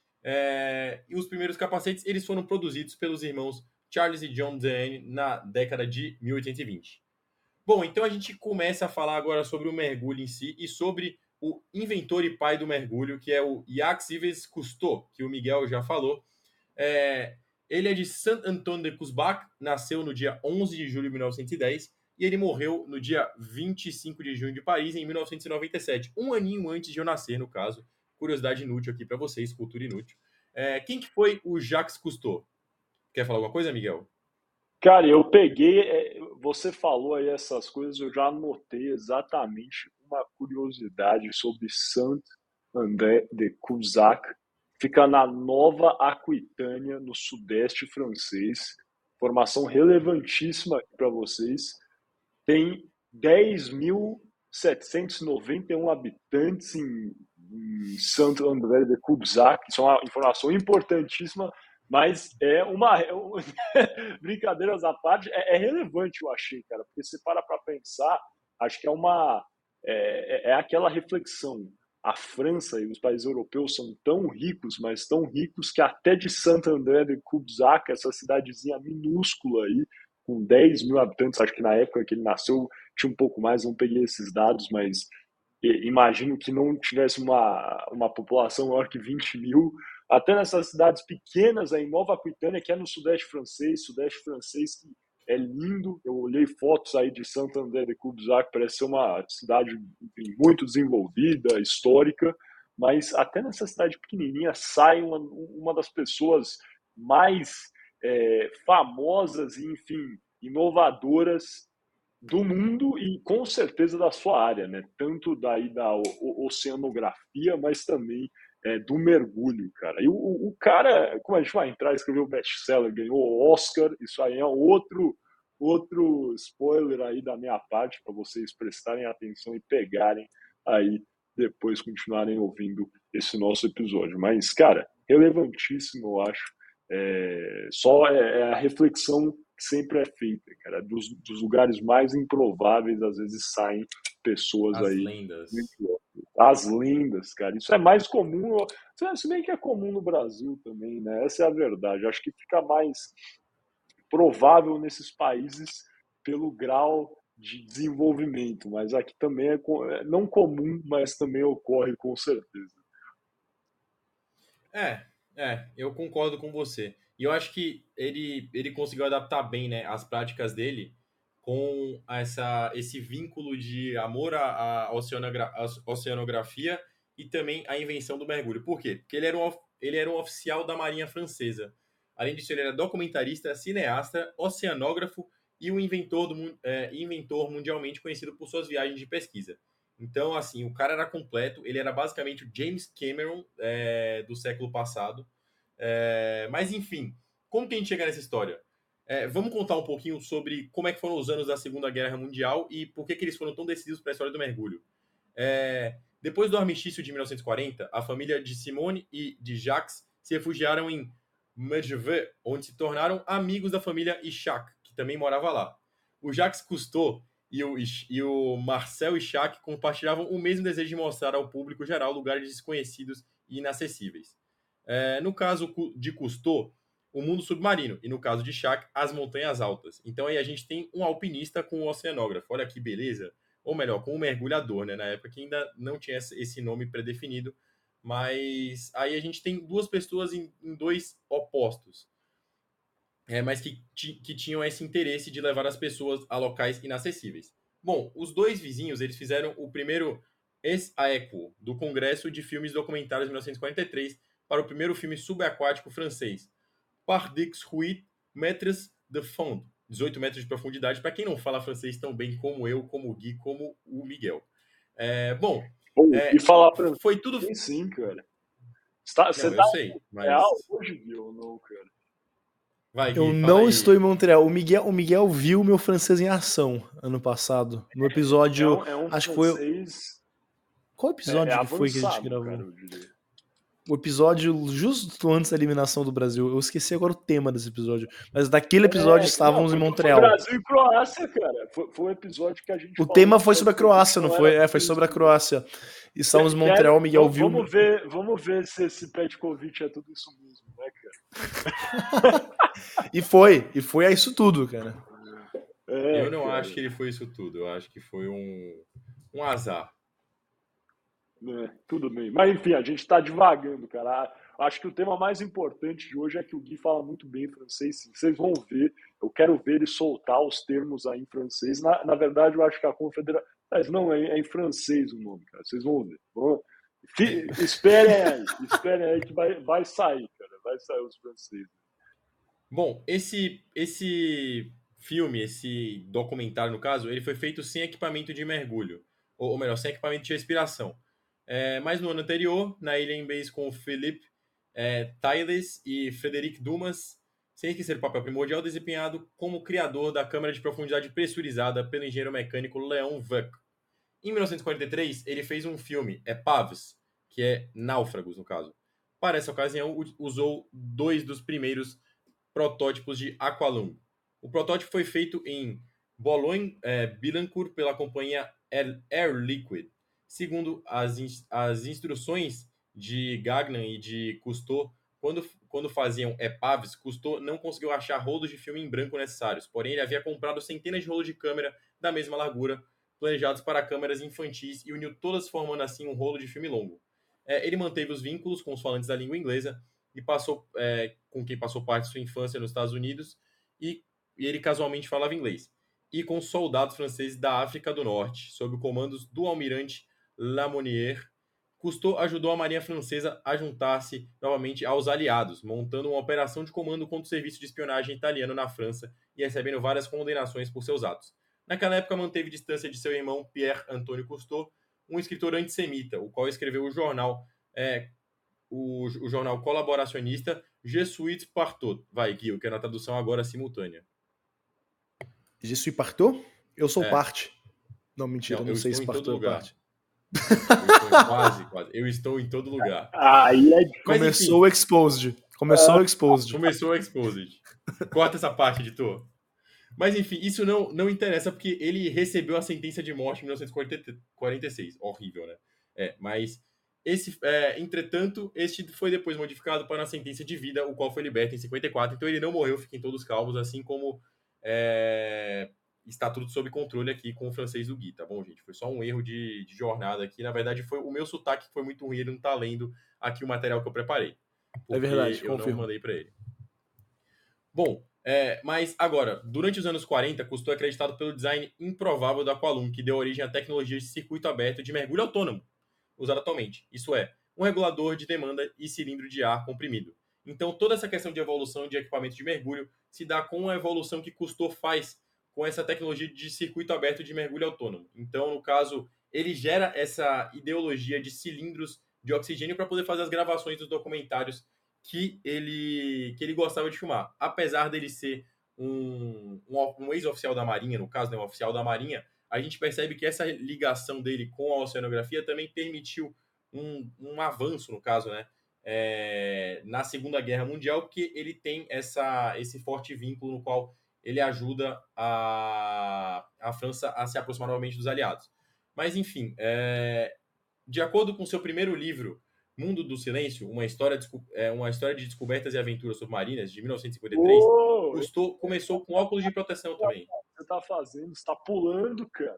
Speaker 3: É, e os primeiros capacetes eles foram produzidos pelos irmãos Charles e John Deane na década de mil oitocentos e vinte. Bom, então a gente começa a falar agora sobre o mergulho em si e sobre o inventor e pai do mergulho, que é o Jacques-Yves Cousteau, que o Miguel já falou. É, ele é de Saint-Antoine-de-Cusbac, nasceu no dia onze de julho de mil novecentos e dez e ele morreu no dia vinte e cinco de junho de Paris, em mil novecentos e noventa e sete, um aninho antes de eu nascer, no caso. Curiosidade inútil aqui para vocês, cultura inútil. É, quem que foi o Jacques Cousteau? Quer falar alguma coisa, Miguel?
Speaker 1: Cara, eu peguei, é, você falou aí essas coisas, eu já anotei exatamente uma curiosidade sobre Saint-André-de-Cubzac. Fica na Nova Aquitânia, no sudeste francês. Informação relevantíssima para vocês. Tem dez mil setecentos e noventa e um habitantes em, em Saint-André-de-Cubzac. Isso é uma informação importantíssima, mas é uma. É um, brincadeiras à parte, é, é relevante, eu achei, cara, porque você para para pensar, acho que é uma. É, é aquela reflexão. A França e os países europeus são tão ricos, mas tão ricos que até de Saint-André-de-Cubzac, essa cidadezinha minúscula aí, com dez mil habitantes, acho que na época que ele nasceu tinha um pouco mais, não peguei esses dados, mas imagino que não tivesse uma, uma população maior que vinte mil, até nessas cidades pequenas aí, em Nova Aquitânia, que é no sudeste francês, sudeste francês que é lindo, eu olhei fotos aí de Saint-André-de-Cubzac, parece ser uma cidade, enfim, muito desenvolvida, histórica, mas até nessa cidade pequenininha sai uma, uma das pessoas mais é, famosas e, enfim, inovadoras do mundo e com certeza da sua área, né? Tanto daí da o, o, oceanografia, mas também é, do mergulho, cara. E o, o cara, como a gente vai entrar, escreveu best-seller, ganhou o Oscar, isso aí é outro outro spoiler aí da minha parte para vocês prestarem atenção e pegarem aí depois continuarem ouvindo esse nosso episódio. Mas, cara, relevantíssimo, eu acho. É, só é, é a reflexão que sempre é feita, cara. Dos, dos lugares mais improváveis, às vezes saem pessoas
Speaker 3: As
Speaker 1: aí.
Speaker 3: lendas.
Speaker 1: As lendas, cara. Isso é mais comum, se bem que é comum no Brasil também, né? Essa é a verdade. Acho que fica mais provável nesses países pelo grau de desenvolvimento, mas aqui também é não comum, mas também ocorre com certeza.
Speaker 3: É, é, eu concordo com você. E eu acho que ele, ele conseguiu adaptar bem, né, as práticas dele com essa, esse vínculo de amor à, à oceanogra, à oceanografia e também à invenção do mergulho. Por quê? Porque ele era um, ele era um oficial da Marinha Francesa. Além disso, ele era documentarista, cineasta, oceanógrafo e um inventor, do, é, inventor mundialmente conhecido por suas viagens de pesquisa. Então, assim, o cara era completo, ele era basicamente o James Cameron é, do século passado. É, mas, enfim, como que a gente chega nessa história? É, vamos contar um pouquinho sobre como é que foram os anos da Segunda Guerra Mundial e por que, que eles foram tão decisivos para a história do mergulho. É, depois do armistício de mil novecentos e quarenta, a família de Simone e de Jacques se refugiaram em Medjugorje, onde se tornaram amigos da família Ishak, que também morava lá. O Jacques Cousteau e o, e o Marcel Ishak compartilhavam o mesmo desejo de mostrar ao público geral lugares desconhecidos e inacessíveis. É, no caso de Cousteau, o mundo submarino, e no caso de Ishak, as montanhas altas. Então aí a gente tem um alpinista com um oceanógrafo. Olha que beleza! Ou melhor, com um mergulhador, né? Na época que ainda não tinha esse nome predefinido. Mas aí a gente tem duas pessoas em, em dois opostos. é, mas que, que tinham esse interesse de levar as pessoas a locais inacessíveis. Bom, os dois vizinhos eles fizeram o primeiro ex-aequo do Congresso de Filmes Documentários de mil novecentos e quarenta e três para o primeiro filme subaquático francês, Par dix-huit mètres de fond, dezoito metros de profundidade, para quem não fala francês tão bem como eu, como o Gui, como o Miguel. É, bom,
Speaker 1: Pô,
Speaker 3: é,
Speaker 1: e falar pra
Speaker 3: foi tudo...
Speaker 1: mim, sim, cara. Você
Speaker 3: Não, eu
Speaker 1: tá
Speaker 3: sei,
Speaker 1: real
Speaker 3: mas...
Speaker 1: hoje, Gui, ou não, cara?
Speaker 3: Vai,
Speaker 2: Eu
Speaker 3: Gui, fala
Speaker 2: não estou em
Speaker 3: aí.
Speaker 2: Montreal. O Miguel, o Miguel viu meu francês em ação ano passado. No
Speaker 1: É
Speaker 2: episódio.
Speaker 1: um, é um
Speaker 2: Acho que foi.
Speaker 1: francês
Speaker 2: Qual
Speaker 1: é, é
Speaker 2: episódio que foi que a gente
Speaker 1: avançado, cara,
Speaker 2: gravou?
Speaker 1: eu diria.
Speaker 2: O episódio justo antes da eliminação do Brasil. Eu esqueci agora o tema desse episódio. Mas daquele episódio
Speaker 1: É, não,
Speaker 2: estávamos em
Speaker 1: foi, foi
Speaker 2: Montreal.
Speaker 1: Brasil e Croácia, cara. Foi, foi um episódio que a gente
Speaker 2: O
Speaker 1: falou
Speaker 2: tema
Speaker 1: que
Speaker 2: foi
Speaker 1: a
Speaker 2: sobre a
Speaker 1: internet
Speaker 2: Croácia, não
Speaker 1: não
Speaker 2: foi?
Speaker 1: era
Speaker 2: É, foi
Speaker 1: tudo
Speaker 2: sobre a
Speaker 1: isso mesmo.
Speaker 2: Croácia. Estávamos em
Speaker 1: Quero,
Speaker 2: Montreal, Miguel
Speaker 1: vamos,
Speaker 2: viu.
Speaker 1: vamos ver, vamos ver se esse Petkovic é tudo isso mesmo, né, cara?
Speaker 2: E foi, e foi a isso tudo, cara.
Speaker 1: É,
Speaker 3: Eu não
Speaker 1: cara.
Speaker 3: acho que ele foi isso tudo. Eu acho que foi um, um azar.
Speaker 1: É, tudo bem. Mas enfim, a gente está divagando, cara. Acho que o tema mais importante de hoje é que o Gui fala muito bem francês. Sim. Vocês vão ver. Eu quero ver ele soltar os termos aí em francês. Na, na verdade, eu acho que a confederação. Mas não, é, é em francês o nome, cara. Vocês vão ver. Vão... Esperem aí. Esperem aí que vai, vai sair, cara. Vai sair os franceses.
Speaker 3: Bom, esse, esse filme, esse documentário, no caso, ele foi feito sem equipamento de mergulho. Ou, ou melhor, sem equipamento de respiração. É, mas no ano anterior, na ilha em base com Philippe é, Thales e Frederic Dumas, sem esquecer o papel primordial desempenhado como criador da câmara de profundidade pressurizada pelo engenheiro mecânico Léon Vuck. Em mil novecentos e quarenta e três, ele fez um filme, Épaves, que é Náufragos, no caso. Para essa ocasião, usou dois dos primeiros protótipos de Aqualung. O protótipo foi feito em Boulogne-Billancourt pela companhia Air, Air Liquide. Segundo as, in, as instruções de Gagnon e de Cousteau, quando, quando faziam épaves, Cousteau não conseguiu achar rolos de filme em branco necessários, porém ele havia comprado centenas de rolos de câmera da mesma largura, planejados para câmeras infantis, e uniu todas formando assim um rolo de filme longo. É, ele manteve os vínculos com os falantes da língua inglesa e passou é, com quem passou parte de sua infância nos Estados Unidos, e, e ele casualmente falava inglês, e com soldados franceses da África do Norte, sob o comando do almirante Lamonnière. Cousteau ajudou a marinha francesa a juntar-se novamente aos aliados, montando uma operação de comando contra o serviço de espionagem italiano na França e recebendo várias condenações por seus atos. Naquela época, manteve distância de seu irmão Pierre Antoine Cousteau, um escritor antissemita, o qual escreveu o jornal é, o, o jornal colaboracionista Jesuit Partout. Vai, Gui, eu quero a tradução agora simultânea.
Speaker 2: Je suis partout? Eu sou
Speaker 3: É.
Speaker 2: parte. Não, mentira,
Speaker 3: Não,
Speaker 2: não
Speaker 3: eu
Speaker 2: sei
Speaker 3: estou
Speaker 2: se
Speaker 3: em todo
Speaker 2: partout é
Speaker 3: lugar.
Speaker 2: parte.
Speaker 3: Eu estou em, quase, quase. Eu estou em todo lugar.
Speaker 1: Aí é
Speaker 3: Mas,
Speaker 2: Começou o Exposed. Começou o Exposed.
Speaker 3: Começou o Exposed. Corta essa parte, editor. Mas enfim, isso não, não interessa porque ele recebeu a sentença de morte em mil novecentos e quarenta e seis. Horrível, né? É, mas esse, é, entretanto, este foi depois modificado para uma sentença de vida, o qual foi liberto em cinquenta e quatro. Então ele não morreu, fiquem todos calmos, assim como é, está tudo sob controle aqui com o francês do Gui, tá bom, gente? Foi só um erro de, de jornada aqui. Na verdade, foi o meu sotaque que foi muito ruim, ele não tá lendo aqui o material que eu preparei. Porque
Speaker 2: É verdade,
Speaker 3: eu
Speaker 2: confirmo.
Speaker 3: não mandei para ele. Bom, é, mas agora, durante os anos quarenta, Cousteau é acreditado pelo design improvável da Aqualung, que deu origem à tecnologia de circuito aberto de mergulho autônomo, usada atualmente. Isso é, um regulador de demanda e cilindro de ar comprimido. Então, toda essa questão de evolução de equipamento de mergulho se dá com a evolução que Cousteau faz com essa tecnologia de circuito aberto de mergulho autônomo. Então, no caso, ele gera essa ideologia de cilindros de oxigênio para poder fazer as gravações dos documentários que ele, que ele gostava de filmar. Apesar dele ser um, um, um ex-oficial da Marinha, no caso, né, um oficial da Marinha, a gente percebe que essa ligação dele com a oceanografia também permitiu um, um avanço, no caso, né, é, na Segunda Guerra Mundial, porque ele tem essa, esse forte vínculo no qual ele ajuda a, a França a se aproximar novamente dos aliados. Mas, enfim, é, de acordo com seu primeiro livro, Mundo do Silêncio, uma história, de, uma história de descobertas e aventuras submarinas, de mil novecentos e cinquenta e três,
Speaker 1: Ô,
Speaker 3: Cousteau começou com óculos de proteção também.
Speaker 1: você tá fazendo? Você tá pulando, cara.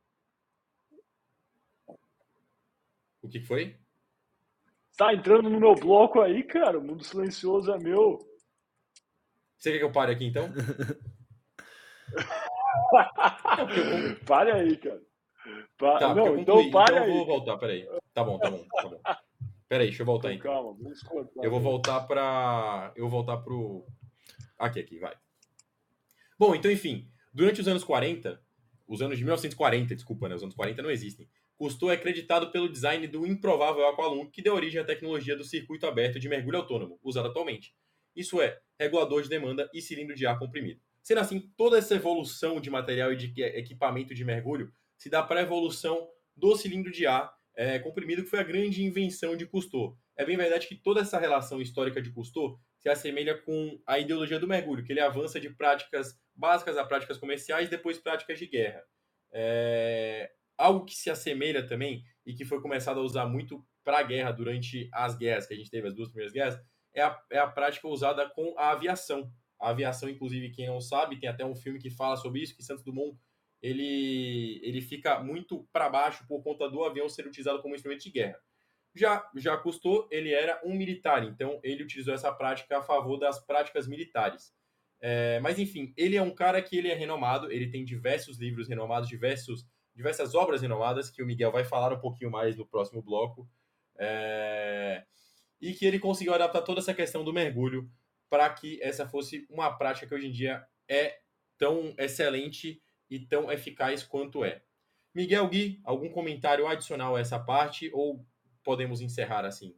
Speaker 3: O que foi?
Speaker 1: Você tá entrando no meu bloco aí, cara. O Mundo Silencioso é meu.
Speaker 3: Você quer que eu pare aqui, então? Não, porque eu...
Speaker 1: Pare aí, cara. Pa...
Speaker 3: Tá, porque eu
Speaker 1: Não, então
Speaker 3: concluí.
Speaker 1: pare
Speaker 3: Então eu
Speaker 1: aí,
Speaker 3: vou
Speaker 1: cara.
Speaker 3: voltar, peraí. Tá bom, tá bom, tá bom. Peraí, deixa eu voltar,
Speaker 1: Com
Speaker 3: então.
Speaker 1: calma, vamos cortar.
Speaker 3: Eu vou
Speaker 1: Né?
Speaker 3: voltar pra... Eu vou voltar pro... Aqui, aqui, vai. Bom, então, enfim. Durante os anos quarenta, os anos de mil novecentos e quarenta, desculpa, né? Os anos quarenta não existem. Cousteau é acreditado pelo design do improvável Aqualung, que deu origem à tecnologia do circuito aberto de mergulho autônomo, usado atualmente. Isso é, regulador de demanda e cilindro de ar comprimido. Sendo assim, toda essa evolução de material e de equipamento de mergulho se dá para a evolução do cilindro de ar é, comprimido, que foi a grande invenção de Cousteau. É bem verdade que toda essa relação histórica de Cousteau se assemelha com a ideologia do mergulho, que ele avança de práticas básicas a práticas comerciais, depois práticas de guerra. É... Algo que se assemelha também, e que foi começado a usar muito para a guerra durante as guerras, que a gente teve, as duas primeiras guerras, é a, é a prática usada com a aviação. A aviação, inclusive, quem não sabe, tem até um filme que fala sobre isso, que Santos Dumont ele, ele fica muito para baixo por conta do avião ser utilizado como instrumento de guerra. Já, já Cousteau, ele era um militar, então ele utilizou essa prática a favor das práticas militares. É, mas, enfim, ele é um cara que ele é renomado, ele tem diversos livros renomados, diversos, diversas obras renomadas, que o Miguel vai falar um pouquinho mais no próximo bloco, é, e que ele conseguiu adaptar toda essa questão do mergulho para que essa fosse uma prática que hoje em dia é tão excelente e tão eficaz quanto é. Miguel, Gui, algum comentário adicional a essa parte ou podemos encerrar assim?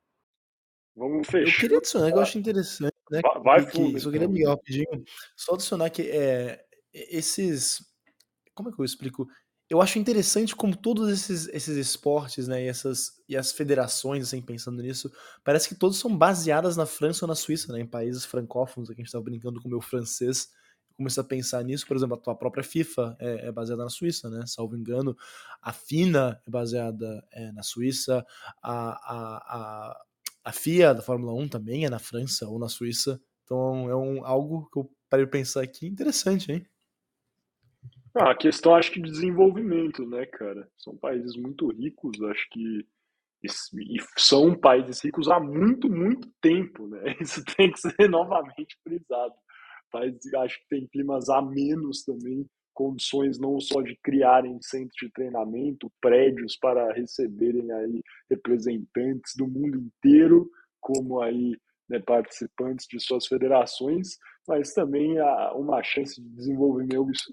Speaker 1: Vamos
Speaker 2: Eu
Speaker 1: fechar.
Speaker 2: queria adicionar que eu acho interessante, né,
Speaker 1: Vai, vai
Speaker 2: que que
Speaker 1: fundo,
Speaker 2: só queria,
Speaker 1: então,
Speaker 2: Miguel,
Speaker 1: Gui.
Speaker 2: rapidinho, só adicionar que, eh, esses como é que eu explico? Eu acho interessante como todos esses esses esportes, né, e essas e as federações, assim, pensando nisso, parece que todos são baseadas na França ou na Suíça, né, em países francófonos, aqui a gente estava brincando com o meu francês, eu comecei a pensar nisso, por exemplo, a tua própria FIFA é é baseada na Suíça, né, salvo engano, a FINA é baseada, eh, na Suíça, a a a a FIA da Fórmula um também é na França ou na Suíça, então é um algo que eu parei pra pensar aqui, interessante, hein.
Speaker 1: Ah, a questão, acho que de desenvolvimento, né, cara? São países muito ricos, acho que e, e são países ricos há muito, muito tempo, né? Isso tem que ser novamente frisado. Países, acho que tem climas amenos também, condições não só de criarem centros de treinamento, prédios para receberem aí representantes do mundo inteiro, como aí, né, participantes de suas federações, mas também há uma chance de desenvolver,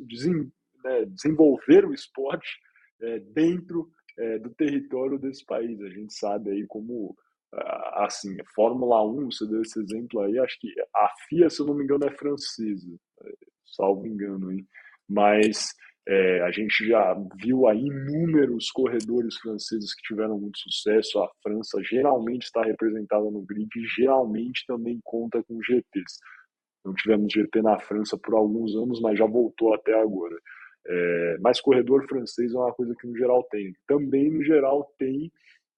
Speaker 1: né, desenvolver o esporte é, dentro é, do território desse país. A gente sabe aí como, assim, a Fórmula um, você deu esse exemplo aí, acho que a FIA, se eu não me engano, é francesa, salvo engano, hein? Mas é, a gente já viu aí inúmeros corredores franceses que tiveram muito sucesso. A França geralmente está representada no grid e geralmente também conta com G Ps. Não tivemos G P na França por alguns anos, mas já voltou até agora. É, mas corredor francês é uma coisa que no geral tem. Também no geral tem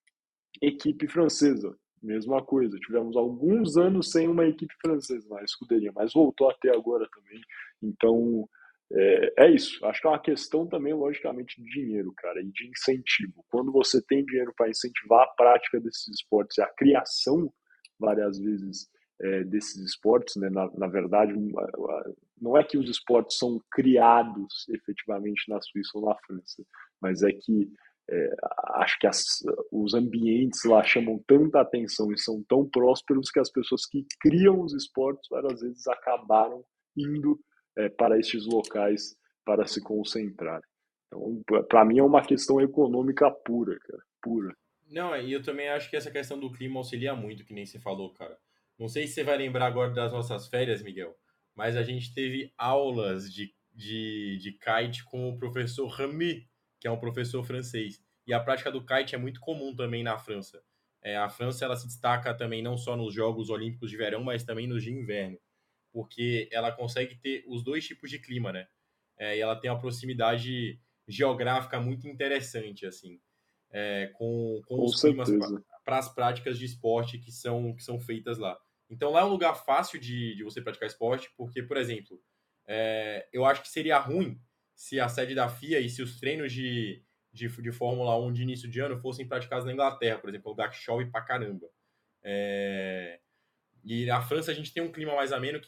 Speaker 1: equipe francesa, mesma coisa. Tivemos alguns anos sem uma equipe francesa na escuderia, mas voltou até agora também. Então é, é isso. Acho que é uma questão também, logicamente, de dinheiro, cara, e de incentivo. Quando você tem dinheiro para incentivar a prática desses esportes e a criação, várias vezes, é, desses esportes, né? Na, na verdade, não é que os esportes são criados efetivamente na Suíça ou na França, mas é que é, acho que as, os ambientes lá chamam tanta atenção e são tão prósperos que as pessoas que criam os esportes várias vezes acabaram indo é, para estes locais para se concentrar. Então, para mim é uma questão econômica pura, cara, pura.
Speaker 3: Não, e eu também acho que essa questão do clima auxilia muito, que nem você falou, cara. Não sei se você vai lembrar agora das nossas férias, Miguel, mas a gente teve aulas de, de, de kite com o professor Rami, que é um professor francês. E a prática do kite é muito comum também na França. É, a França ela se destaca também não só nos Jogos Olímpicos de Verão, mas também nos de inverno, porque ela consegue ter os dois tipos de clima, né? É, e ela tem uma proximidade geográfica muito interessante, assim é, com, com
Speaker 1: Com
Speaker 3: os climas
Speaker 1: certeza.
Speaker 3: para as práticas de esporte que são, que são feitas lá. Então lá é um lugar fácil de, de você praticar esporte, porque, por exemplo, é, eu acho que seria ruim se a sede da F I A e se os treinos de, de, de Fórmula um de início de ano fossem praticados na Inglaterra, por exemplo, um lugar que chove pra caramba. É, e na França a gente tem um clima mais ameno que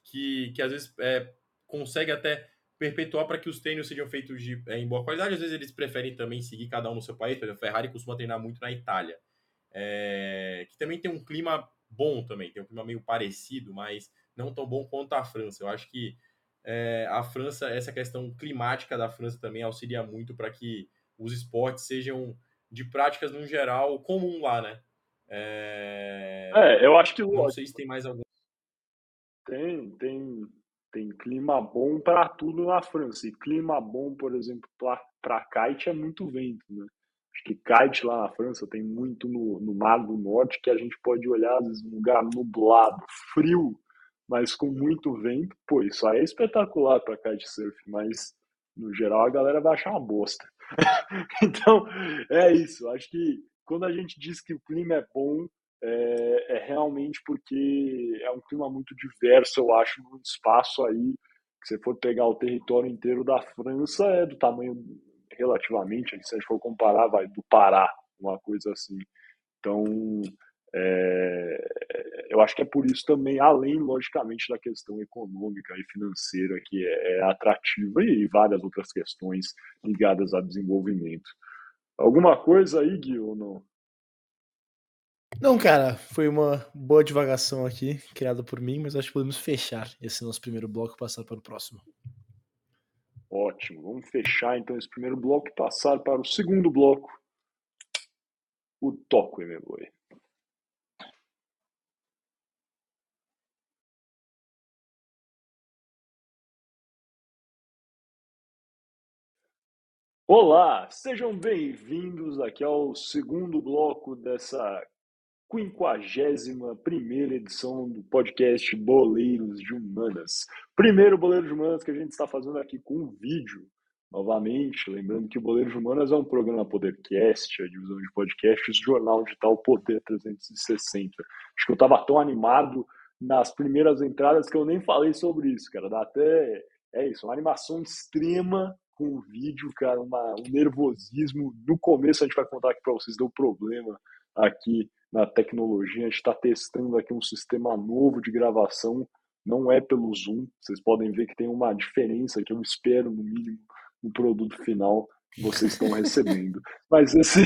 Speaker 3: que, que às vezes é, consegue até perpetuar para que os treinos sejam feitos de, é, em boa qualidade. Às vezes eles preferem também seguir cada um no seu país. Por exemplo, a Ferrari costuma treinar muito na Itália, é, que também tem um clima bom também, tem um clima meio parecido, mas não tão bom quanto a França. Eu acho que é, a França, essa questão climática da França também auxilia muito para que os esportes sejam de práticas no geral comum lá, né? É...
Speaker 1: É, eu acho que
Speaker 3: Não
Speaker 1: lógico,
Speaker 3: sei se tem mais algum.
Speaker 1: tem, tem, tem clima bom para tudo na França. E clima bom, por exemplo, para kite é muito vento, né? Acho que kite lá na França tem muito no, no Mar do Norte, que a gente pode olhar, às vezes, num lugar nublado, frio, mas com muito vento. Pô, isso aí é espetacular para kitesurf, mas no geral a galera vai achar uma bosta. Então, é isso. Acho que quando a gente diz que o clima é bom, é, é realmente porque é um clima muito diverso, eu acho, num espaço aí, que se for pegar o território inteiro da França, é do tamanho relativamente, se a gente for comparar, vai do Pará, uma coisa assim. Então, é, eu acho que é por isso também, além, logicamente, da questão econômica e financeira, que é, é atrativa, e várias outras questões ligadas a desenvolvimento. Alguma coisa aí, Gui, ou não?
Speaker 2: Não, cara, foi uma boa divagação aqui, criada por mim, mas acho que podemos fechar esse nosso primeiro bloco e passar para o próximo.
Speaker 1: Ótimo, vamos fechar então esse primeiro bloco e passar para o segundo bloco, o Toco e Me Voy. Olá, sejam bem-vindos aqui ao segundo bloco dessa quinquagésima primeira edição do podcast Boleiros de Humanas. Primeiro Boleiro de Humanas que a gente está fazendo aqui com um vídeo, novamente, lembrando que o Boleiro de Humanas é um programa Podercast, a divisão de podcasts, Jornal Digital Poder trezentos e sessenta. Acho que eu estava tão animado nas primeiras entradas que eu nem falei sobre isso, cara. Dá até, é isso, uma animação extrema com o vídeo, cara, uma, um nervosismo. No começo a gente vai contar aqui para vocês, deu problema aqui na tecnologia. A gente está testando aqui um sistema novo de gravação, não é pelo Zoom. Vocês podem ver que tem uma diferença que eu espero, no mínimo, no produto final que vocês estão recebendo. Mas esse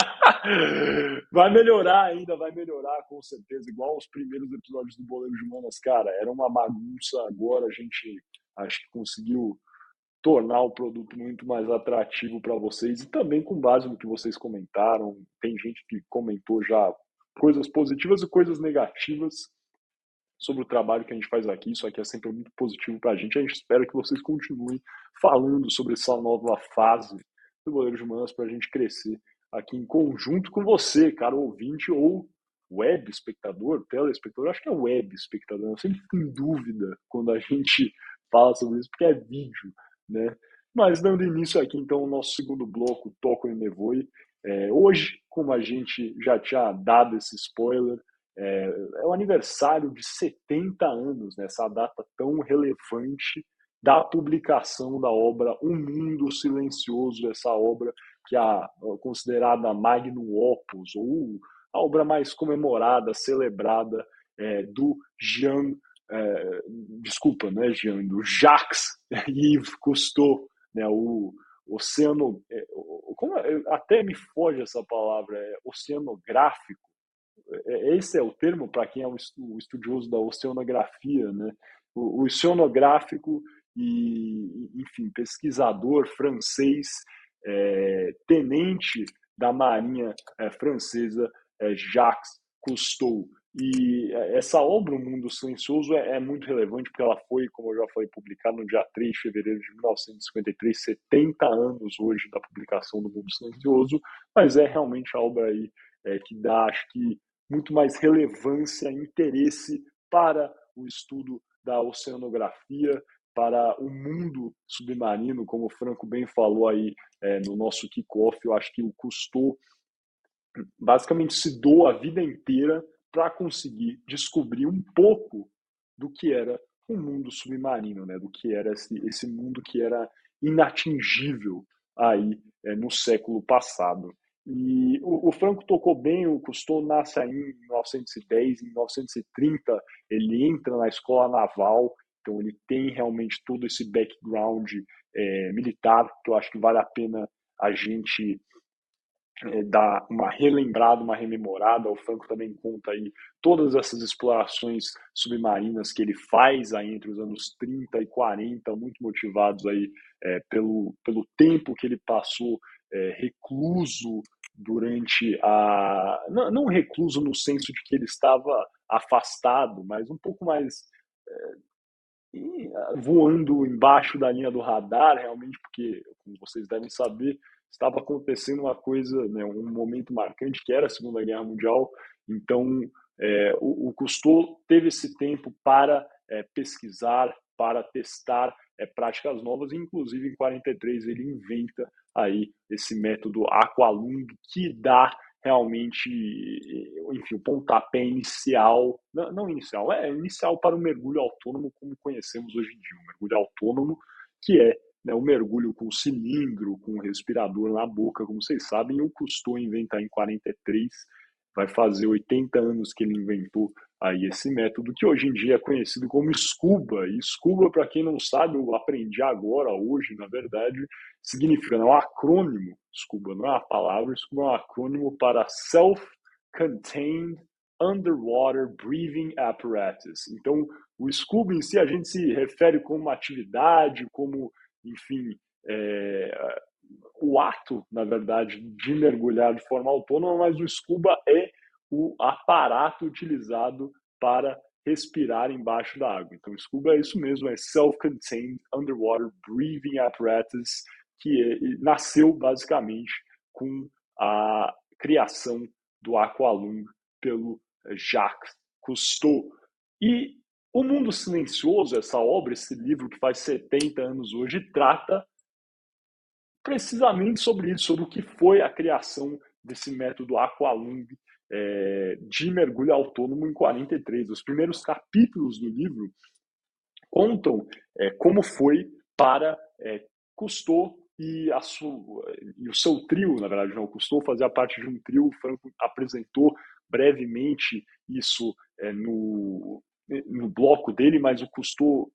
Speaker 1: vai melhorar ainda, vai melhorar com certeza, igual os primeiros episódios do Boleiro de Humanas, cara, era uma bagunça. Agora a gente acho que conseguiu tornar o produto muito mais atrativo para vocês, e também com base no que vocês comentaram. Tem gente que comentou já coisas positivas e coisas negativas sobre o trabalho que a gente faz aqui. Isso aqui é sempre muito positivo para a gente. A gente espera que vocês continuem falando sobre essa nova fase do Boleiro de Humanas para a gente crescer aqui em conjunto com você, cara ouvinte ou web espectador, telespectador. Acho que é web espectador. Eu sempre fico em dúvida quando a gente fala sobre isso, porque é vídeo, né? Mas dando início aqui, então, ao nosso segundo bloco, Toco e Me Voy. É, hoje, como a gente já tinha dado esse spoiler, é, é o aniversário de setenta anos, né, essa data tão relevante da publicação da obra Um Mundo Silencioso, essa obra que é considerada magnum opus, ou a obra mais comemorada, celebrada, é, do Jean, é, desculpa, não é Jean, do Jacques Yves Cousteau, né, o oceano, é, como é, até me foge essa palavra, é oceanográfico. Esse é o termo para quem é um estudioso da oceanografia, né? O, o oceanográfico e, enfim, pesquisador francês, é, tenente da Marinha é, francesa, é, Jacques Cousteau. E essa obra, O Mundo Silencioso, é, é muito relevante porque ela foi, como eu já falei, publicada no dia três de fevereiro de mil novecentos e cinquenta e três, setenta anos hoje da publicação do Mundo Silencioso, mas é realmente a obra aí é, que dá, acho que, muito mais relevância e interesse para o estudo da oceanografia, para o mundo submarino, como o Franco bem falou aí é, no nosso kickoff. Eu acho que o Cousteau basicamente se doou a vida inteira para conseguir descobrir um pouco do que era o mundo submarino, né? Do que era esse, esse mundo que era inatingível aí é, no século passado. E o, o Franco tocou bem. O Cousteau nasce aí em mil novecentos e dez, em mil novecentos e trinta ele entra na escola naval então ele tem realmente todo esse background é, militar, que eu acho que vale a pena a gente é, dar uma relembrada, uma rememorada. O Franco também conta aí todas essas explorações submarinas que ele faz aí entre os anos trinta e quarenta, muito motivados aí é, pelo, pelo tempo que ele passou é, recluso durante a... Não, não recluso no senso de que ele estava afastado, mas um pouco mais e, uh, voando embaixo da linha do radar, realmente, porque, como vocês devem saber, estava acontecendo uma coisa, né, um momento marcante, que era a Segunda Guerra Mundial. Então, é, o, o Cousteau teve esse tempo para é, pesquisar, para testar é, práticas novas, e inclusive em quarenta e três ele inventa aí esse método Aqualung, que dá realmente, enfim, o pontapé inicial, não, não inicial, é inicial para o mergulho autônomo como conhecemos hoje em dia, o mergulho autônomo, que é né, o mergulho com cilindro, com respirador na boca, como vocês sabem. O Cousteau inventar em quarenta e três, vai fazer oitenta anos que ele inventou aí esse método, que hoje em dia é conhecido como scuba. E scuba, para quem não sabe, eu aprendi agora, hoje, na verdade, significa, não é um acrônimo, scuba não é uma palavra, scuba é um acrônimo para Self-Contained Underwater Breathing Apparatus. Então, o scuba em si, a gente se refere como uma atividade, como, enfim, é, o ato, na verdade, de mergulhar de forma autônoma, mas o scuba é o aparato utilizado para respirar embaixo da água. Então, scuba é isso mesmo, é Self-Contained Underwater Breathing Apparatus, que é, nasceu basicamente com a criação do Aqualung pelo Jacques Cousteau. E O Mundo Silencioso, essa obra, esse livro que faz setenta anos hoje, trata precisamente sobre isso, sobre o que foi a criação desse método Aqualung é, de mergulho autônomo em quarenta e três. Os primeiros capítulos do livro contam é, como foi para é, Cousteau e, a sua, e o seu trio, na verdade, não, o Cousteau fazia parte de um trio. O Franco apresentou brevemente isso é, no, no bloco dele, mas o Cousteau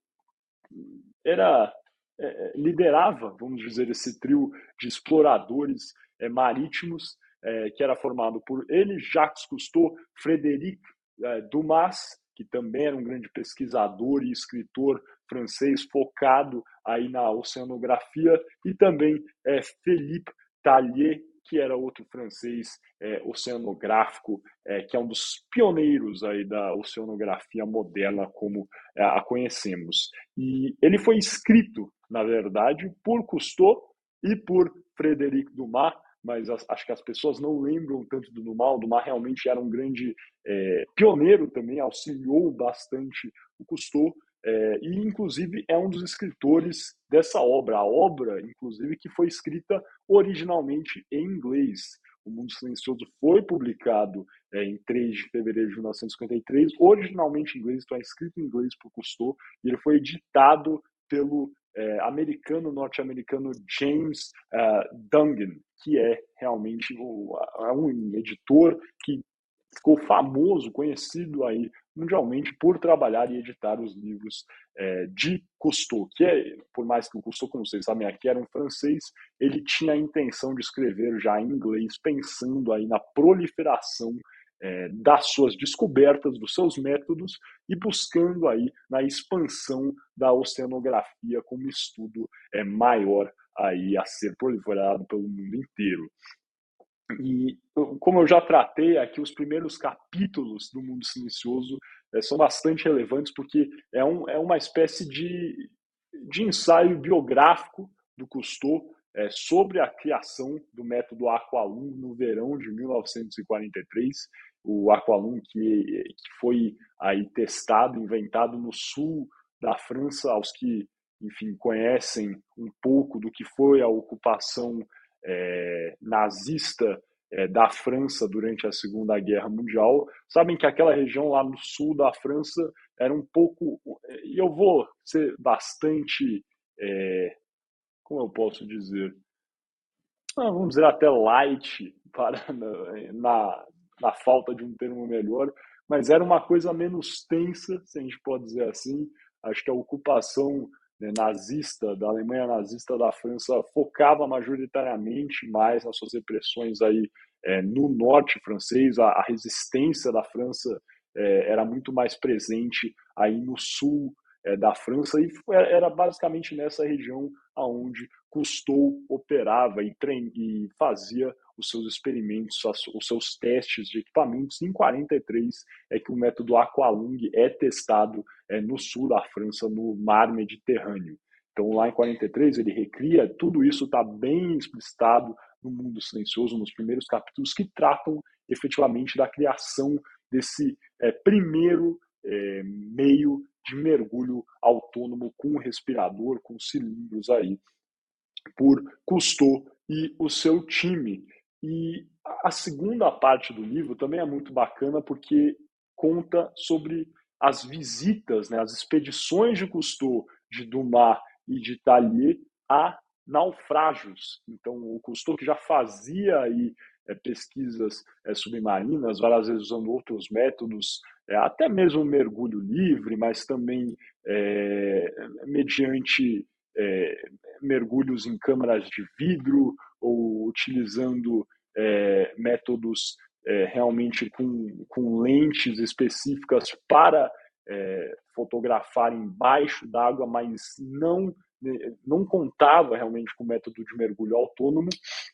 Speaker 1: era... É, liderava, vamos dizer, esse trio de exploradores é, marítimos, é, que era formado por ele, Jacques Cousteau, Frédéric é, Dumas, que também era um grande pesquisador e escritor francês focado aí na oceanografia, e também é, Philippe Tallier, que era outro francês é, oceanográfico, é, que é um dos pioneiros aí da oceanografia moderna como é, a conhecemos. E ele foi escrito, na verdade, por Cousteau e por Frédéric Dumas, mas as, acho que as pessoas não lembram tanto do Dumas. O Dumas realmente era um grande é, pioneiro também, auxiliou bastante o Cousteau, é, e inclusive é um dos escritores dessa obra, a obra, inclusive, que foi escrita originalmente em inglês. O Mundo Silencioso foi publicado é, em três de fevereiro de mil novecentos e cinquenta e três, originalmente em inglês, então é escrito em inglês por Cousteau, e ele foi editado pelo é, americano, norte-americano James uh, Dungan, que é realmente o, é um editor que ficou famoso, conhecido aí mundialmente por trabalhar e editar os livros é, de Cousteau, que é, por mais que o Cousteau, como vocês sabem, aqui era um francês, ele tinha a intenção de escrever já em inglês, pensando aí na proliferação é, das suas descobertas, dos seus métodos, e buscando aí na expansão da oceanografia como estudo é, maior aí a ser proliferado pelo mundo inteiro. E, como eu já tratei aqui, os primeiros capítulos do Mundo Silencioso é, são bastante relevantes, porque é, um, é uma espécie de, de ensaio biográfico do Cousteau é, sobre a criação do método Aqualung no verão de mil novecentos e quarenta e três. O Aqualung que, que foi aí testado, inventado no sul da França. Aos que, enfim, conhecem um pouco do que foi a ocupação É, nazista é, da França durante a Segunda Guerra Mundial, sabem que aquela região lá no sul da França era um pouco, e eu vou ser bastante, é, como eu posso dizer, ah, vamos dizer até light, para, na, na falta de um termo melhor, mas era uma coisa menos tensa, se a gente pode dizer assim, acho que a ocupação, né, nazista, da Alemanha nazista da França, focava majoritariamente mais nas suas repressões aí, é, no norte francês, a, a resistência da França é, era muito mais presente aí no sul é, da França, e foi, era basicamente nessa região aonde Cousteau operava e, trein, e fazia os seus experimentos, os seus testes de equipamentos. Em quarenta e três é que o método Aqualung é testado é, no sul da França, no mar Mediterrâneo. Então, lá em quarenta e três, ele recria, tudo isso está bem explicitado no Mundo Silencioso, nos primeiros capítulos, que tratam efetivamente da criação desse é, primeiro é, meio de mergulho autônomo com respirador, com cilindros aí, por Cousteau e o seu time. E a segunda parte do livro também é muito bacana porque conta sobre as visitas, né, as expedições de Cousteau, de Dumas e de Tallier a naufrágios. Então, o Cousteau, que já fazia aí é, pesquisas é, submarinas, várias vezes usando outros métodos, é, até mesmo mergulho livre, mas também é, mediante é, mergulhos em câmaras de vidro ou utilizando é, métodos é, realmente com, com lentes específicas para é, fotografar embaixo d'água, mas não, não contava realmente com o método de mergulho autônomo.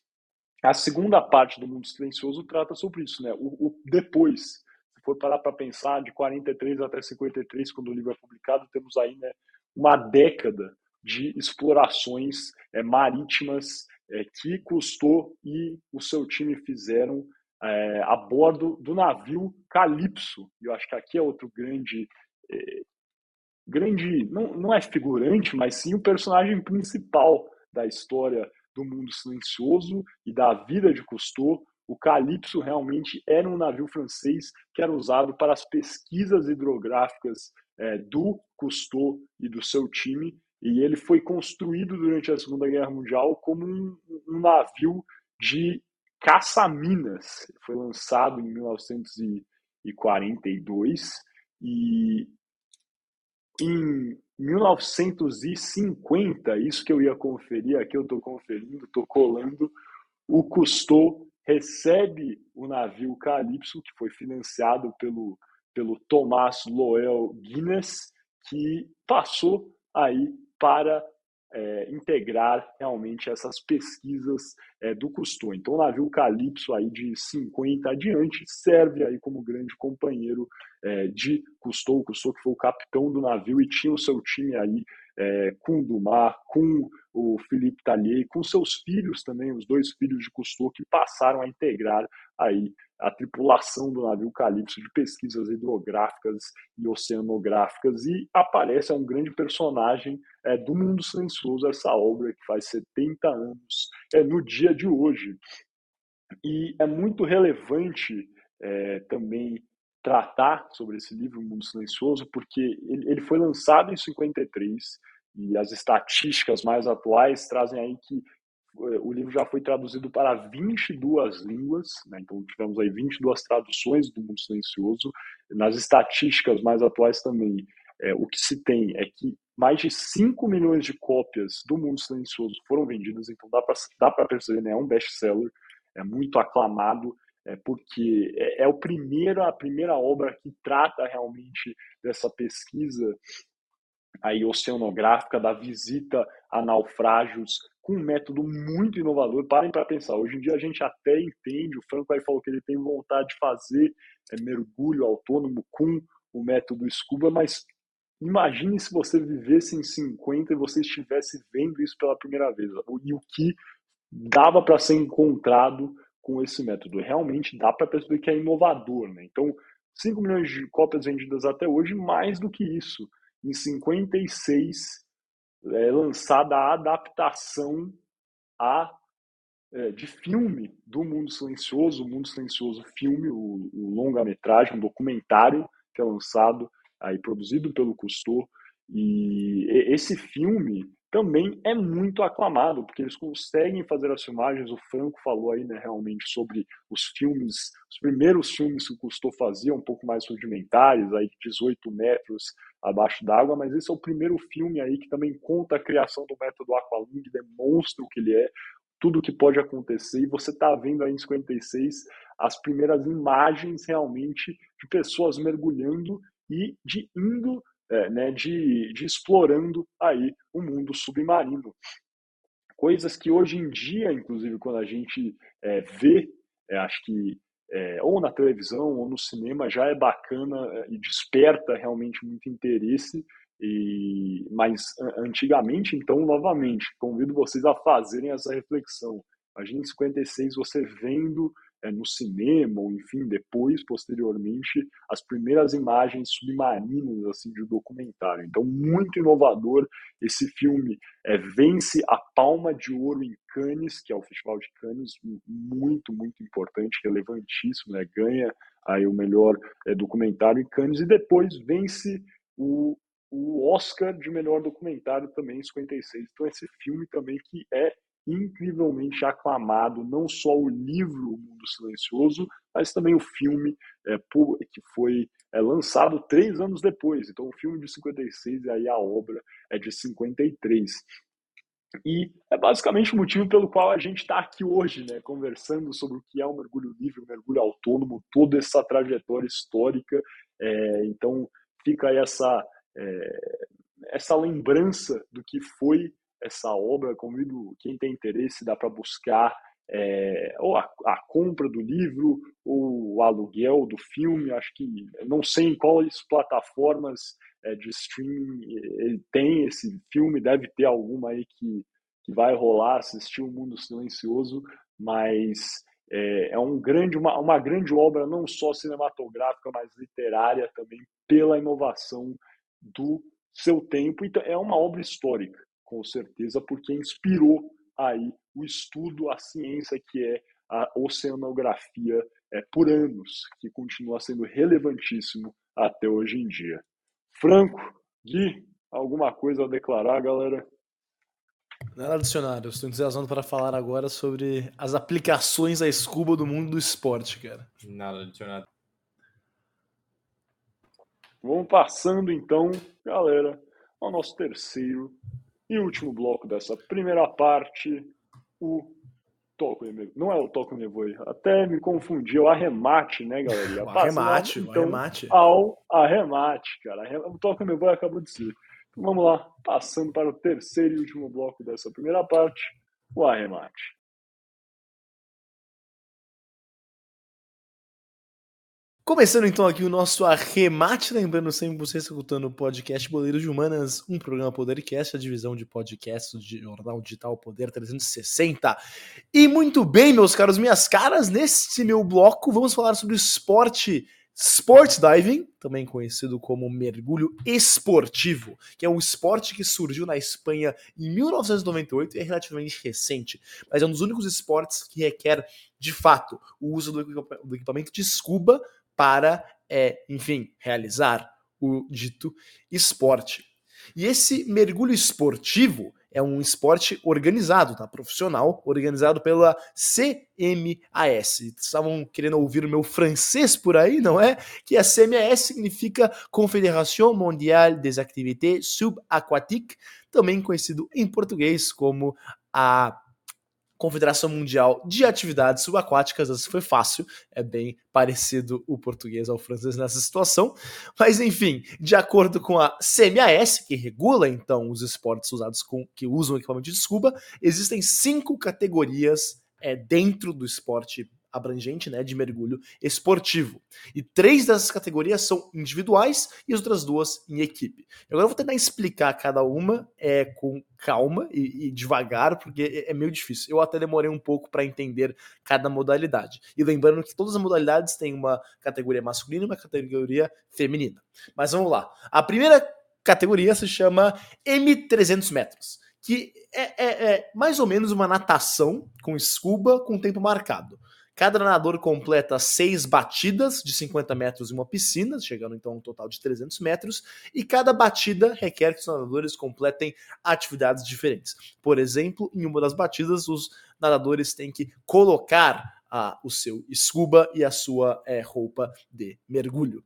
Speaker 1: A segunda parte do Mundo Silencioso trata sobre isso, né? O, o depois, se for parar para pensar, de quarenta e três até cinquenta e três, quando o livro é publicado, temos aí, né, uma década de explorações é, marítimas é, que Cousteau e o seu time fizeram é, a bordo do navio Calypso. E eu acho que aqui é outro grande, é, grande não, não é figurante, mas sim o personagem principal da história do Mundo Silencioso e da vida de Cousteau. O Calypso realmente era um navio francês que era usado para as pesquisas hidrográficas é, do Cousteau e do seu time, e ele foi construído durante a Segunda Guerra Mundial como um, um navio de caça-minas. Foi lançado em mil novecentos e quarenta e dois e em mil novecentos e cinquenta, isso que eu ia conferir, aqui eu estou conferindo, estou colando, o Cousteau recebe o navio Calypso, que foi financiado pelo, pelo Thomas Lowell Guinness, que passou aí para é, integrar realmente essas pesquisas é, do Cousteau. Então, o navio Calypso aí de cinquenta adiante serve aí como grande companheiro é, de Cousteau, Cousteau que foi o capitão do navio e tinha o seu time aí é, com o Dumas, com o Philippe Tallier, com seus filhos também, os dois filhos de Cousteau, que passaram a integrar aí a tripulação do navio Calypso de pesquisas hidrográficas e oceanográficas, e aparece um grande personagem é, do Mundo Silencioso, essa obra que faz setenta anos é, no dia de hoje. E é muito relevante é, também tratar sobre esse livro, O Mundo Silencioso, porque ele, ele foi lançado em cinquenta e três e as estatísticas mais atuais trazem aí que o livro já foi traduzido para vinte e duas línguas, né? Então tivemos aí vinte e duas traduções do Mundo Silencioso. Nas estatísticas mais atuais também, é, o que se tem é que mais de cinco milhões de cópias do Mundo Silencioso foram vendidas, então dá para dá para perceber, né? É um best-seller, é muito aclamado, é, porque é, é o primeiro, a primeira obra que trata realmente dessa pesquisa aí oceanográfica, da visita a naufrágios, com um método muito inovador. Parem para pensar, hoje em dia a gente até entende, o Franco aí falou que ele tem vontade de fazer é, mergulho autônomo com o método Scuba, mas imagine se você vivesse em cinquenta e você estivesse vendo isso pela primeira vez, e o que dava para ser encontrado com esse método. Realmente dá para perceber que é inovador, né? Então, cinco milhões de cópias vendidas até hoje, mais do que isso. Em cinquenta e seis, é lançada a adaptação a, é, de filme do Mundo Silencioso, o Mundo Silencioso filme, o, o longa-metragem, um documentário que é lançado, aí produzido pelo Cousteau. E esse filme também é muito aclamado, porque eles conseguem fazer as filmagens. O Franco falou aí, né, realmente sobre os filmes, os primeiros filmes que o Cousteau fazia, um pouco mais rudimentares, aí dezoito metros abaixo d'água, mas esse é o primeiro filme aí que também conta a criação do método Aqualung, demonstra o que ele é, tudo o que pode acontecer, e você está vendo aí em cinquenta e seis as primeiras imagens realmente de pessoas mergulhando e de indo, é, né, de, de explorando aí o mundo submarino. Coisas que hoje em dia, inclusive, quando a gente é, vê, é, acho que é, ou na televisão ou no cinema, já é bacana é, e desperta realmente muito interesse. E, mas antigamente, então, novamente, convido vocês a fazerem essa reflexão. Imagina em cinquenta e seis você vendo é, no cinema, ou enfim, depois, posteriormente, as primeiras imagens submarinas assim, de um documentário. Então, muito inovador. Esse filme é, vence a Palma de Ouro em Cannes, que é o Festival de Cannes, muito, muito importante, relevantíssimo, né? Ganha aí o melhor é, documentário em Cannes, e depois vence o o Oscar de melhor documentário também em cinquenta e seis. Então esse filme também que é incrivelmente aclamado, não só o livro O Mundo Silencioso, mas também o filme é, por, que foi é, lançado três anos depois. Então o filme de cinquenta e seis e aí a obra é de cinquenta e três. E é basicamente o motivo pelo qual a gente está aqui hoje, né, conversando sobre o que é o mergulho livre, o mergulho autônomo, toda essa trajetória histórica. É, então fica aí essa É, essa lembrança do que foi essa obra. Convido quem tem interesse, dá para buscar é, ou a, a compra do livro ou o aluguel do filme. Acho que não sei em quais plataformas é, de streaming ele tem esse filme, deve ter alguma aí que, que vai rolar, assistir O Mundo Silencioso, mas é, é um grande, uma, uma grande obra, não só cinematográfica, mas literária também, pela inovação do seu tempo. Então é uma obra histórica, com certeza, porque inspirou aí o estudo, a ciência que é a oceanografia é, por anos, que continua sendo relevantíssimo até hoje em dia. Franco, Gui, alguma coisa a declarar, galera?
Speaker 2: Nada adicionado, eu estou entusiasmado para falar agora sobre as aplicações da scuba do mundo do esporte, cara.
Speaker 3: Nada adicionado.
Speaker 1: Vamos passando então, galera, ao nosso terceiro e último bloco dessa primeira parte, o Toco Nevoi. Não é o Toco Nevoi, até me confundi, é o arremate, né, galera?
Speaker 2: O arremate,
Speaker 1: então,
Speaker 2: o arremate.
Speaker 1: Ao arremate, cara. O Toco Nevoi acabou de ser. Então vamos lá, passando para o terceiro e último bloco dessa primeira parte, o arremate.
Speaker 2: Começando então aqui o nosso arremate, lembrando sempre você escutando o podcast Boleiros de Humanas, um programa Podercast, a divisão de podcasts de jornal digital Poder trezentos e sessenta. E muito bem, meus caros, minhas caras, nesse meu bloco vamos falar sobre esporte, sports diving, também conhecido como mergulho esportivo, que é um esporte que surgiu na Espanha em mil novecentos e noventa e oito e é relativamente recente, mas é um dos únicos esportes que requer, de fato, o uso do equipamento de scuba para, é, enfim, realizar o dito esporte. E esse mergulho esportivo é um esporte organizado, tá? Profissional, organizado pela C M A S. Estavam querendo ouvir o meu francês por aí, não é? Que a C M A S significa Confédération Mondiale des Activités Subaquatiques, também conhecido em português como a Confederação Mundial de Atividades Subaquáticas. Essa foi fácil, é bem parecido o português ao francês nessa situação, mas enfim, de acordo com a C M A S, que regula então os esportes usados com, que usam equipamento de scuba, existem cinco categorias é, dentro do esporte abrangente, né, de mergulho esportivo. E três dessas categorias são individuais e as outras duas em equipe. Agora eu vou tentar explicar cada uma é, com calma e, e devagar, porque é, é meio difícil. Eu até demorei um pouco para entender cada modalidade. E lembrando que todas as modalidades têm uma categoria masculina e uma categoria feminina. Mas vamos lá. A primeira categoria se chama M trezentos metros, que é, é, é mais ou menos uma natação com scuba com tempo marcado. Cada nadador completa seis batidas de cinquenta metros em uma piscina, chegando então a um total de trezentos metros, e cada batida requer que os nadadores completem atividades diferentes. Por exemplo, em uma das batidas, os nadadores têm que colocar ah, o seu scuba e a sua é, roupa de mergulho.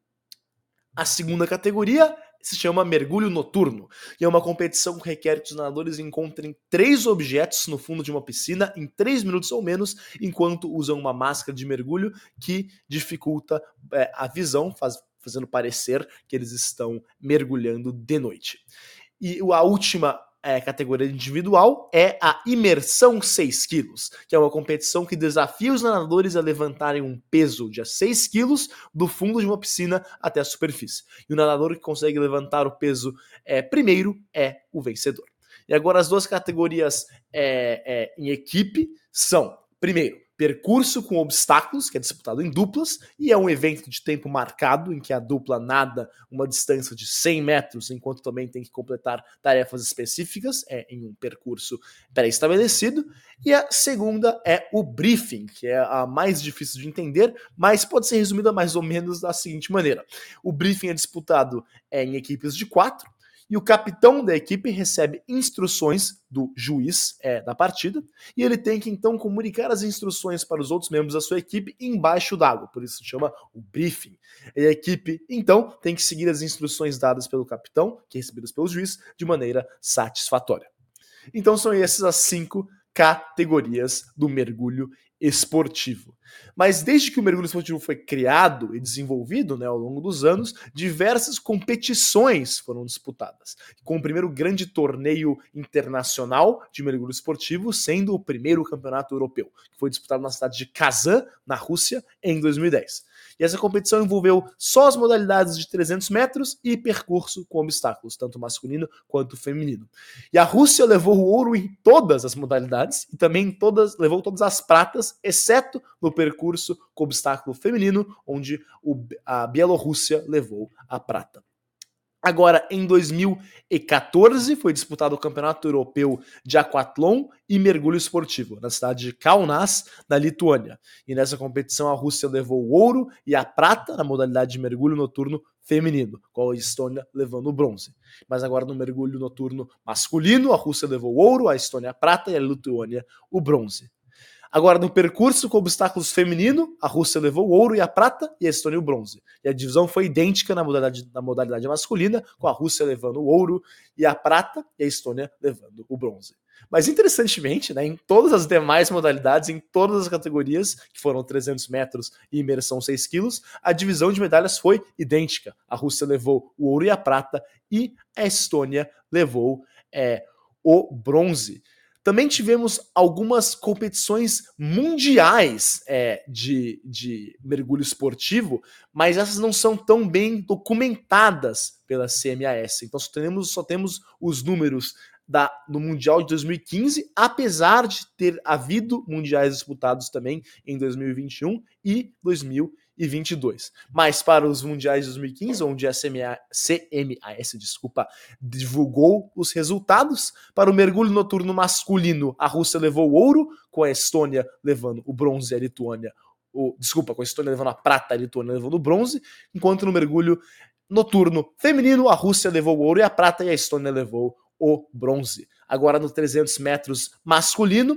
Speaker 2: A segunda categoria se chama mergulho noturno, e é uma competição que requer que os nadadores encontrem três objetos no fundo de uma piscina em três minutos ou menos, enquanto usam uma máscara de mergulho que dificulta é, a visão, faz, fazendo parecer que eles estão mergulhando de noite. E a última É, categoria individual é a imersão seis quilos, que é uma competição que desafia os nadadores a levantarem um peso de seis quilos do fundo de uma piscina até a superfície. E o nadador que consegue levantar o peso é, primeiro é o vencedor. E agora as duas categorias é, é, em equipe são, primeiro, percurso com obstáculos, que é disputado em duplas, e é um evento de tempo marcado, em que a dupla nada uma distância de cem metros, enquanto também tem que completar tarefas específicas é, em um percurso pré-estabelecido. E a segunda é o briefing, que é a mais difícil de entender, mas pode ser resumida mais ou menos da seguinte maneira. O briefing é disputado é, em equipes de quatro, e o capitão da equipe recebe instruções do juiz é, da partida, e ele tem que então comunicar as instruções para os outros membros da sua equipe embaixo d'água, por isso se chama o briefing. E a equipe então tem que seguir as instruções dadas pelo capitão, que é recebidas pelo juiz, de maneira satisfatória. Então são essas as cinco categorias do mergulho esportivo. Mas desde que o mergulho esportivo foi criado e desenvolvido, né, ao longo dos anos, diversas competições foram disputadas, com o primeiro grande torneio internacional de mergulho esportivo sendo o primeiro campeonato europeu, que foi disputado na cidade de Kazan, na Rússia, em dois mil e dez. E essa competição envolveu só as modalidades de trezentos metros e percurso com obstáculos, tanto masculino quanto feminino. E a Rússia levou o ouro em todas as modalidades e também todas, levou todas as pratas, exceto no percurso com obstáculo feminino, onde o, a Bielorrússia levou a prata. Agora, em dois mil e quatorze, foi disputado o Campeonato Europeu de Aquatlon e Mergulho Esportivo, na cidade de Kaunas, na Lituânia. E nessa competição, a Rússia levou o ouro e a prata na modalidade de mergulho noturno feminino, com a Estônia levando o bronze. Mas agora, no mergulho noturno masculino, a Rússia levou o ouro, a Estônia a prata e a Lituânia o bronze. Agora, no percurso com obstáculos feminino, a Rússia levou o ouro e a prata e a Estônia o bronze. E a divisão foi idêntica na modalidade, na modalidade masculina, com a Rússia levando o ouro e a prata e a Estônia levando o bronze. Mas, interessantemente, né, em todas as demais modalidades, em todas as categorias, que foram trezentos metros e imersão seis quilos, a divisão de medalhas foi idêntica. A Rússia levou o ouro e a prata e a Estônia levou é, o bronze. Também tivemos algumas competições mundiais é, de, de mergulho esportivo, mas essas não são tão bem documentadas pela C M A S. Então só temos, só temos os números da, no Mundial de dois mil e quinze, apesar de ter havido mundiais disputados também em dois mil e vinte e um e dois mil e vinte e dois. Mas para os mundiais de dois mil e quinze, onde a C M A, C M A S desculpa, divulgou os resultados, para o mergulho noturno masculino, a Rússia levou o ouro, com a Estônia levando o bronze e a Lituânia, o, desculpa, com a Estônia levando a prata e a Lituânia levando o bronze, enquanto no mergulho noturno feminino, a Rússia levou o ouro e a prata e a Estônia levou o bronze. Agora no trezentos metros masculino,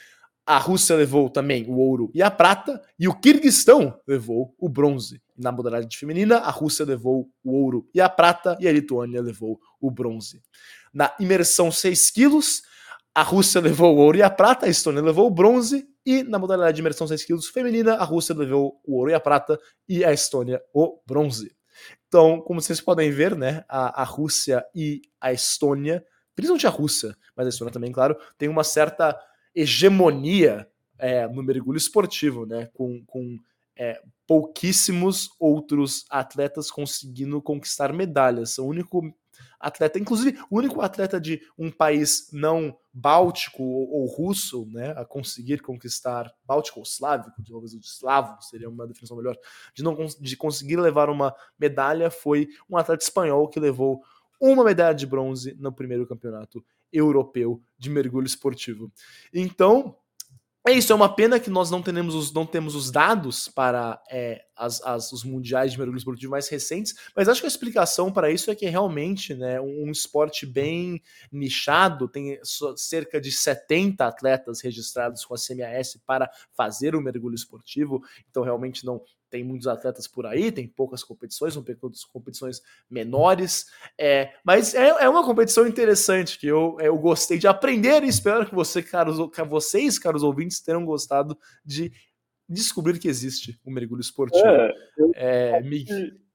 Speaker 2: a Rússia levou também o ouro e a prata, e o Quirguistão levou o bronze. Na modalidade feminina, a Rússia levou o ouro e a prata, e a Lituânia levou o bronze. Na imersão seis quilos, a Rússia levou o ouro e a prata, a Estônia levou o bronze, e na modalidade de imersão seis quilos feminina, a Rússia levou o ouro e a prata, e a Estônia o bronze. Então, como vocês podem ver, né, a, a Rússia e a Estônia, principalmente a Rússia, mas a Estônia também, claro, tem uma certa hegemonia é, no mergulho esportivo, né? Com, com é, pouquíssimos outros atletas conseguindo conquistar medalhas. O único atleta, inclusive o único atleta de um país não báltico ou, ou russo, né, a conseguir conquistar, báltico ou slávico, talvez o de eslavo seria uma definição melhor, de, não, de conseguir levar uma medalha foi um atleta espanhol que levou uma medalha de bronze no primeiro campeonato europeu de mergulho esportivo. Então, É isso, é uma pena que nós não temos os, não temos os dados para é, as, as, os mundiais de mergulho esportivo mais recentes, mas acho que a explicação para isso é que é realmente, né, um, um esporte bem nichado, tem cerca de setenta atletas registrados com a C M A S para fazer o mergulho esportivo, então realmente não tem muitos atletas por aí, tem poucas competições, são poucas competições menores, é, mas é, é uma competição interessante que eu, eu gostei de aprender e espero que, você, caros, que vocês, caros ouvintes, tenham gostado de descobrir que existe o mergulho esportivo.
Speaker 1: É, eu
Speaker 2: É, me...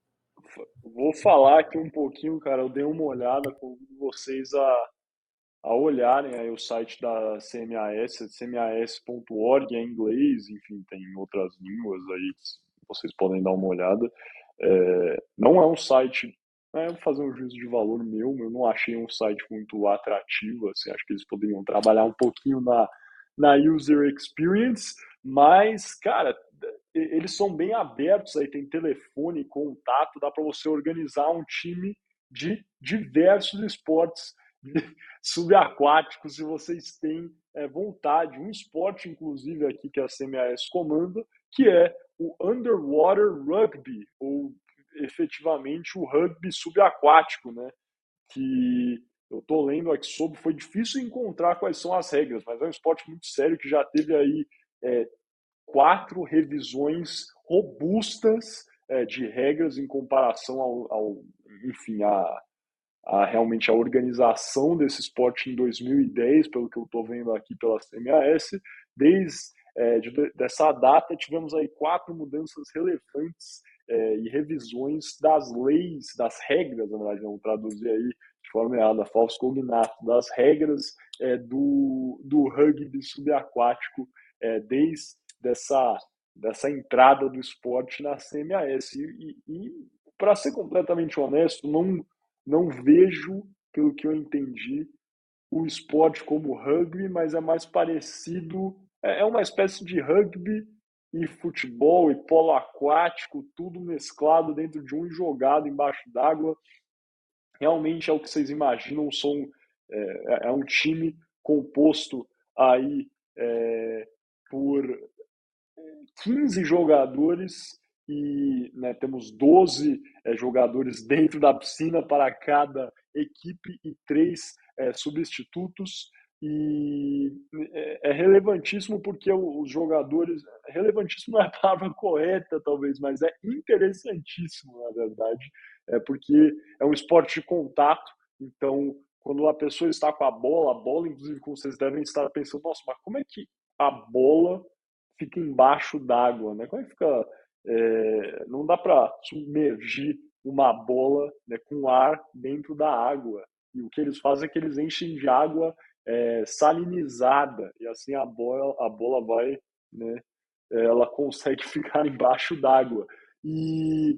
Speaker 1: vou falar aqui um pouquinho, cara, eu dei uma olhada com vocês a, a olharem aí o site da C M A S, c m a s ponto org, é em inglês, enfim, tem outras línguas aí que vocês podem dar uma olhada. É, não é um site, é, vou fazer um juízo de valor meu, eu não achei um site muito atrativo, assim, acho que eles poderiam trabalhar um pouquinho na, na user experience, mas, cara, eles são bem abertos, aí tem telefone, contato, dá para você organizar um time de diversos esportes subaquáticos, se vocês têm é, vontade. Um esporte, inclusive, aqui que a C M A S comanda, que é o Underwater Rugby, ou efetivamente o rugby subaquático, né? Que eu estou lendo aqui sobre, foi difícil encontrar quais são as regras, mas é um esporte muito sério que já teve aí é, quatro revisões robustas é, de regras em comparação ao, ao enfim, a, a realmente a organização desse esporte em dois mil e dez, pelo que eu estou vendo aqui pela C M A S. Desde é, de, dessa data tivemos aí quatro mudanças relevantes é, e revisões das leis, das regras, na verdade, vamos traduzir aí de forma errada, falso cognato, das regras é, do, do rugby subaquático é, desde dessa, dessa entrada do esporte na C M A S. E, e, e para ser completamente honesto, não não vejo, pelo que eu entendi, o esporte como rugby, mas é mais parecido, é uma espécie de rugby e futebol e polo aquático, tudo mesclado dentro de um e jogado embaixo d'água. Realmente é o que vocês imaginam, são, é, é um time composto aí é, por quinze jogadores e né, temos doze é, jogadores dentro da piscina para cada equipe e três é, substitutos. E é, é relevantíssimo porque os jogadores. Relevantíssimo não é a palavra correta, talvez, mas é interessantíssimo, na verdade, é porque é um esporte de contato. Então, quando a pessoa está com a bola, a bola, inclusive, como vocês devem estar pensando, nossa, mas como é que a bola fica embaixo d'água, né? Como é que fica? É, não dá para submergir uma bola né, com ar dentro da água. E o que eles fazem é que eles enchem de água é, salinizada e assim a bola, a bola vai, né? Ela consegue ficar embaixo d'água. E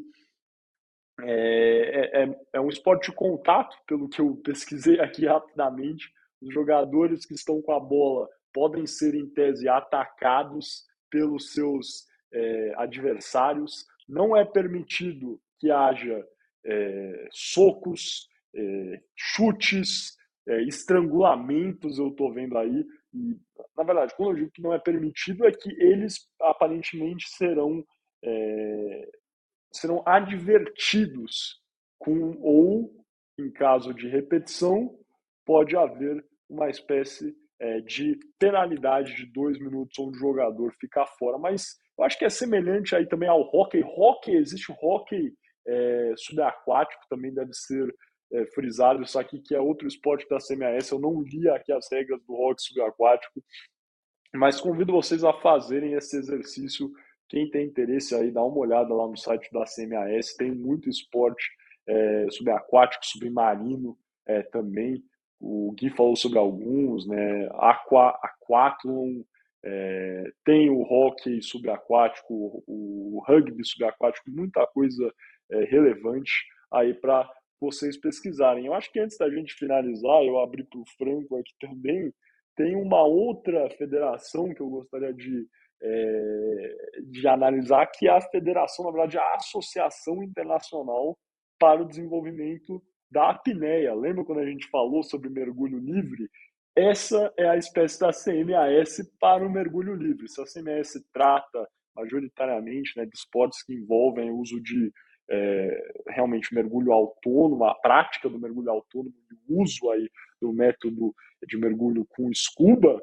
Speaker 1: é, é, é um esporte de contato, pelo que eu pesquisei aqui rapidamente. Os jogadores que estão com a bola podem ser, em tese, atacados pelos seus é, adversários. Não é permitido que haja é, socos, é, chutes, é, estrangulamentos, eu estou vendo aí. E, na verdade, quando eu digo que não é permitido, é que eles aparentemente serão é, serão advertidos com ou, em caso de repetição, pode haver uma espécie é, de penalidade de dois minutos onde o jogador ficar fora. Mas eu acho que é semelhante aí também ao hóquei. Hóquei, existe o hóquei é, subaquático, também deve ser é, frisado. Isso aqui que é outro esporte da C M A S. Eu não li aqui as regras do hóquei subaquático, mas convido vocês a fazerem esse exercício. Quem tem interesse aí, dá uma olhada lá no site da C M A S, tem muito esporte é, subaquático, submarino é, também. O Gui falou sobre alguns, né? Aqua, aquathlon, é, tem o hóquei subaquático, o, o rugby subaquático, muita coisa é, relevante aí para vocês pesquisarem. Eu acho que antes da gente finalizar, eu abri para o Franco aqui também, tem uma outra federação que eu gostaria de, é, de analisar, que é a federação, na verdade, a Associação Internacional para o Desenvolvimento da Apneia. Lembra quando a gente falou sobre mergulho livre? essa é a espécie da C M A S para o mergulho livre. Se a C M A S trata majoritariamente, né, de esportes que envolvem o uso de é, realmente mergulho autônomo, a prática do mergulho autônomo, o uso aí do método de mergulho com scuba,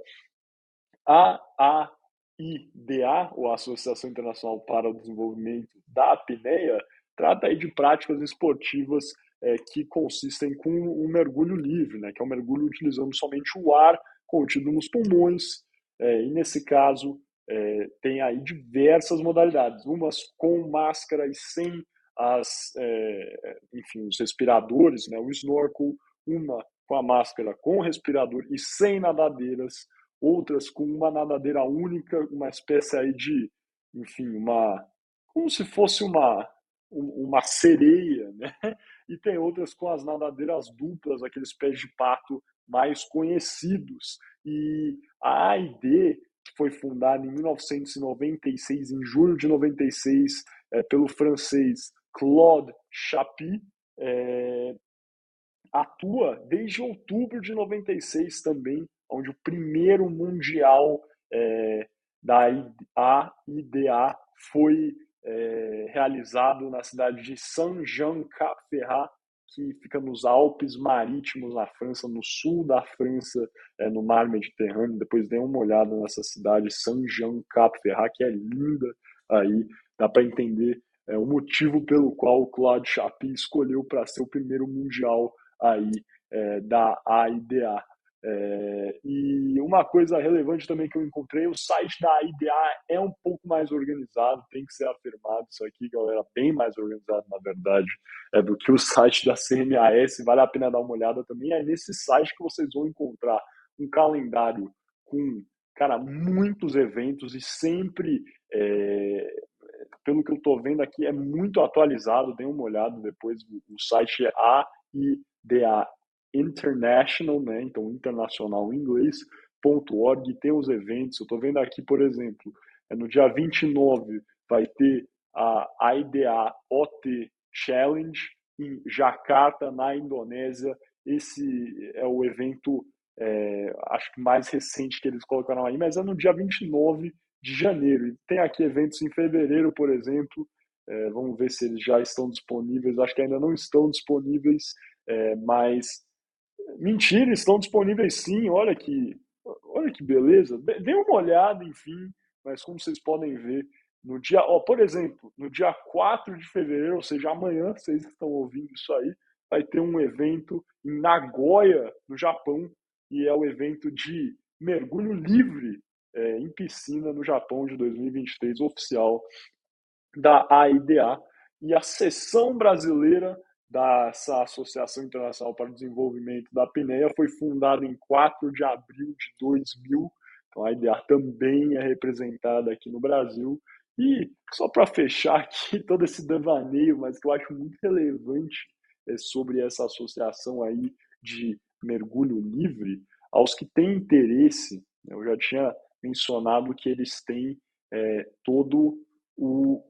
Speaker 1: a AIDA, ou a Associação Internacional para o Desenvolvimento da Apneia, trata aí de práticas esportivas é, que consistem com o mergulho livre, né, que é o mergulho utilizando somente o ar contido nos pulmões, é, e nesse caso é, tem aí diversas modalidades, umas com máscara e sem as, é, enfim, os respiradores, né, o snorkel, uma com a máscara com respirador e sem nadadeiras, outras com uma nadadeira única, uma espécie aí de, enfim, uma, como se fosse uma, uma sereia, né? E tem outras com as nadadeiras duplas, aqueles pés de pato mais conhecidos. E a A I D, que foi fundada em mil novecentos e noventa e seis, em julho de noventa e seis, é, pelo francês Claude Chapuis, é, atua desde outubro de noventa e seis também, onde o primeiro mundial é, da A I D A foi é, realizado na cidade de Saint-Jean-Cap-Ferrat, que fica nos Alpes Marítimos, na França, no sul da França, é, no mar Mediterrâneo. Depois dê uma olhada nessa cidade, Saint-Jean-Cap-Ferrat, que é linda aí, dá para entender é, o motivo pelo qual o Claude Chapuis escolheu para ser o primeiro mundial aí é, da A I D A. É, e uma coisa relevante também que eu encontrei, o site da A I D A é um pouco mais organizado, tem que ser afirmado isso aqui, galera, bem mais organizado, na verdade, é, do que o site da C M A S, vale a pena dar uma olhada também. É nesse site que vocês vão encontrar um calendário com, cara, muitos eventos e sempre, é, pelo que eu estou vendo aqui, é muito atualizado, dê uma olhada depois, o site é A I D A International, né? Então internacional em inglês, .org, tem os eventos. Eu estou vendo aqui, por exemplo, é no dia vinte e nove vai ter a A I D A O T Challenge em Jakarta, na Indonésia. Esse é o evento, é, acho que mais recente que eles colocaram aí, mas é no dia vinte e nove de janeiro. E tem aqui eventos em fevereiro, por exemplo. É, vamos ver se eles já estão disponíveis. Acho que ainda não estão disponíveis, é, mas mentira, estão disponíveis sim. Olha que, olha que beleza. Dê uma olhada, enfim. Mas como vocês podem ver, no dia, ó, por exemplo, no dia quatro de fevereiro, ou seja, amanhã, vocês estão ouvindo isso aí, vai ter um evento em Nagoya, no Japão, e é o evento de mergulho livre é, em piscina no Japão de dois mil e vinte e três, oficial da A I D A. E a seção brasileira dessa Associação Internacional para o Desenvolvimento da Apneia foi fundada em quatro de abril de dois mil. Então a A I D A também é representada aqui no Brasil. E só para fechar aqui todo esse devaneio, mas que eu acho muito relevante é sobre essa associação aí de mergulho livre, aos que têm interesse, eu já tinha mencionado que eles têm é, todo o,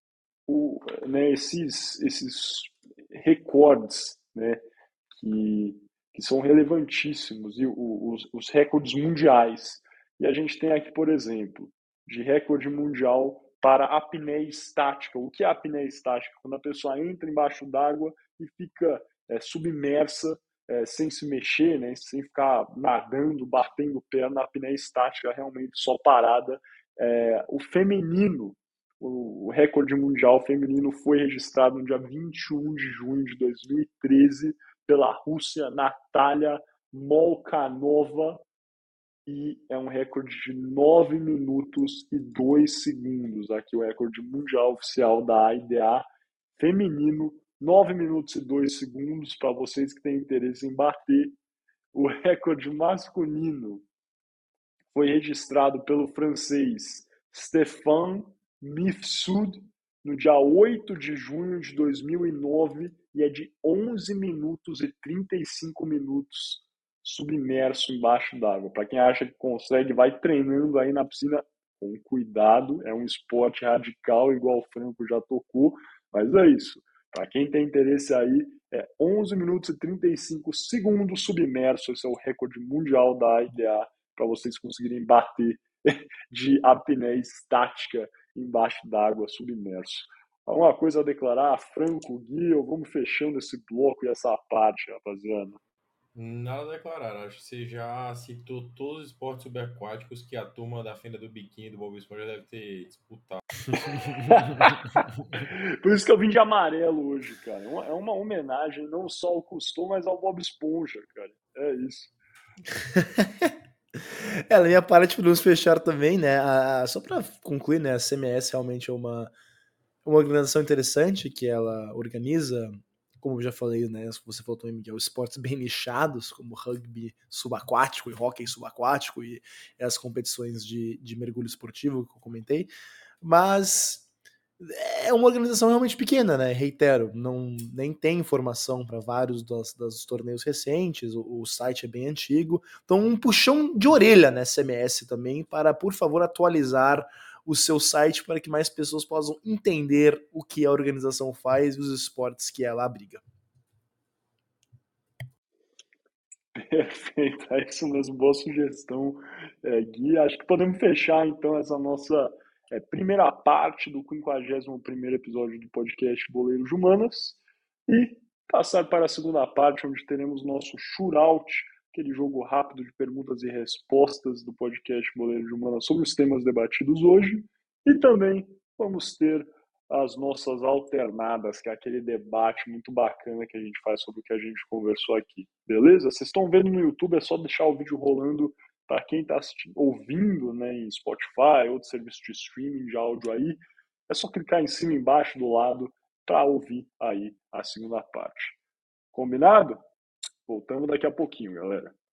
Speaker 1: o né, esses, esses recordes, né, que, que são relevantíssimos, e o, os, os recordes mundiais. E a gente tem aqui, por exemplo, de recorde mundial para apneia estática. O que é apneia estática? Quando a pessoa entra embaixo d'água e fica é, submersa, é, sem se mexer, né, sem ficar nadando, batendo o pé na apneia estática, realmente só parada. É, o feminino, o recorde mundial feminino foi registrado no dia vinte e um de junho de dois mil e treze pela Rússia, Natália Molchanova, e é um recorde de nove minutos e dois segundos. Aqui o recorde mundial oficial da A I D A feminino, nove minutos e dois segundos, para vocês que têm interesse em bater. O recorde masculino foi registrado pelo francês Stéphane Mifsud no dia oito de junho de dois mil e nove e é de onze minutos e trinta e cinco minutos submerso embaixo d'água. Para quem acha que consegue, vai treinando aí na piscina com cuidado. É um esporte radical, igual o Franco já tocou, mas é isso. Para quem tem interesse aí, é onze minutos e trinta e cinco segundos submerso. Esse é o recorde mundial da A I D A, para vocês conseguirem bater de apneia estática embaixo d'água, submerso. Alguma coisa a declarar? Franco, Gui, ou vamos fechando esse bloco e essa parte, rapaziada?
Speaker 3: Nada a declarar. Acho que você já citou todos os esportes subaquáticos que a turma da Fenda do Biquíni do Bob Esponja deve ter disputado.
Speaker 1: Por isso que eu vim de amarelo hoje, cara. É uma homenagem não só ao Cousteau, mas ao Bob Esponja, cara. É isso.
Speaker 2: É, na minha parte, podemos fechar também, né? A, só para concluir, né? A C M S realmente é uma, uma organização interessante que ela organiza, como eu já falei, né? Você falou também, Miguel, esportes bem nichados, como rugby subaquático e hóquei subaquático e as competições de, de mergulho esportivo que eu comentei. Mas é uma organização realmente pequena, né? Reitero, não, nem tem informação para vários dos, dos torneios recentes, o, o site é bem antigo. Então, um puxão de orelha, né, C M S também, para, por favor, atualizar o seu site para que mais pessoas possam entender o que a organização faz e os esportes que ela abriga.
Speaker 1: Perfeito, é isso mesmo, boa sugestão, é, Gui. Acho que podemos fechar então essa nossa é, primeira parte do quinquagésimo primeiro episódio do podcast Boleiros de Humanas e passar para a segunda parte, onde teremos nosso shootout, aquele jogo rápido de perguntas e respostas do podcast Boleiros de Humanas sobre os temas debatidos hoje, e também vamos ter as nossas alternadas, que é aquele debate muito bacana que a gente faz sobre o que a gente conversou aqui. Beleza? Vocês estão vendo no YouTube, é só deixar o vídeo rolando para quem está ouvindo, né, em Spotify, outro serviço de streaming de áudio aí. É só clicar em cima, embaixo, do lado, para ouvir aí a segunda parte. Combinado? Voltamos daqui a pouquinho, galera.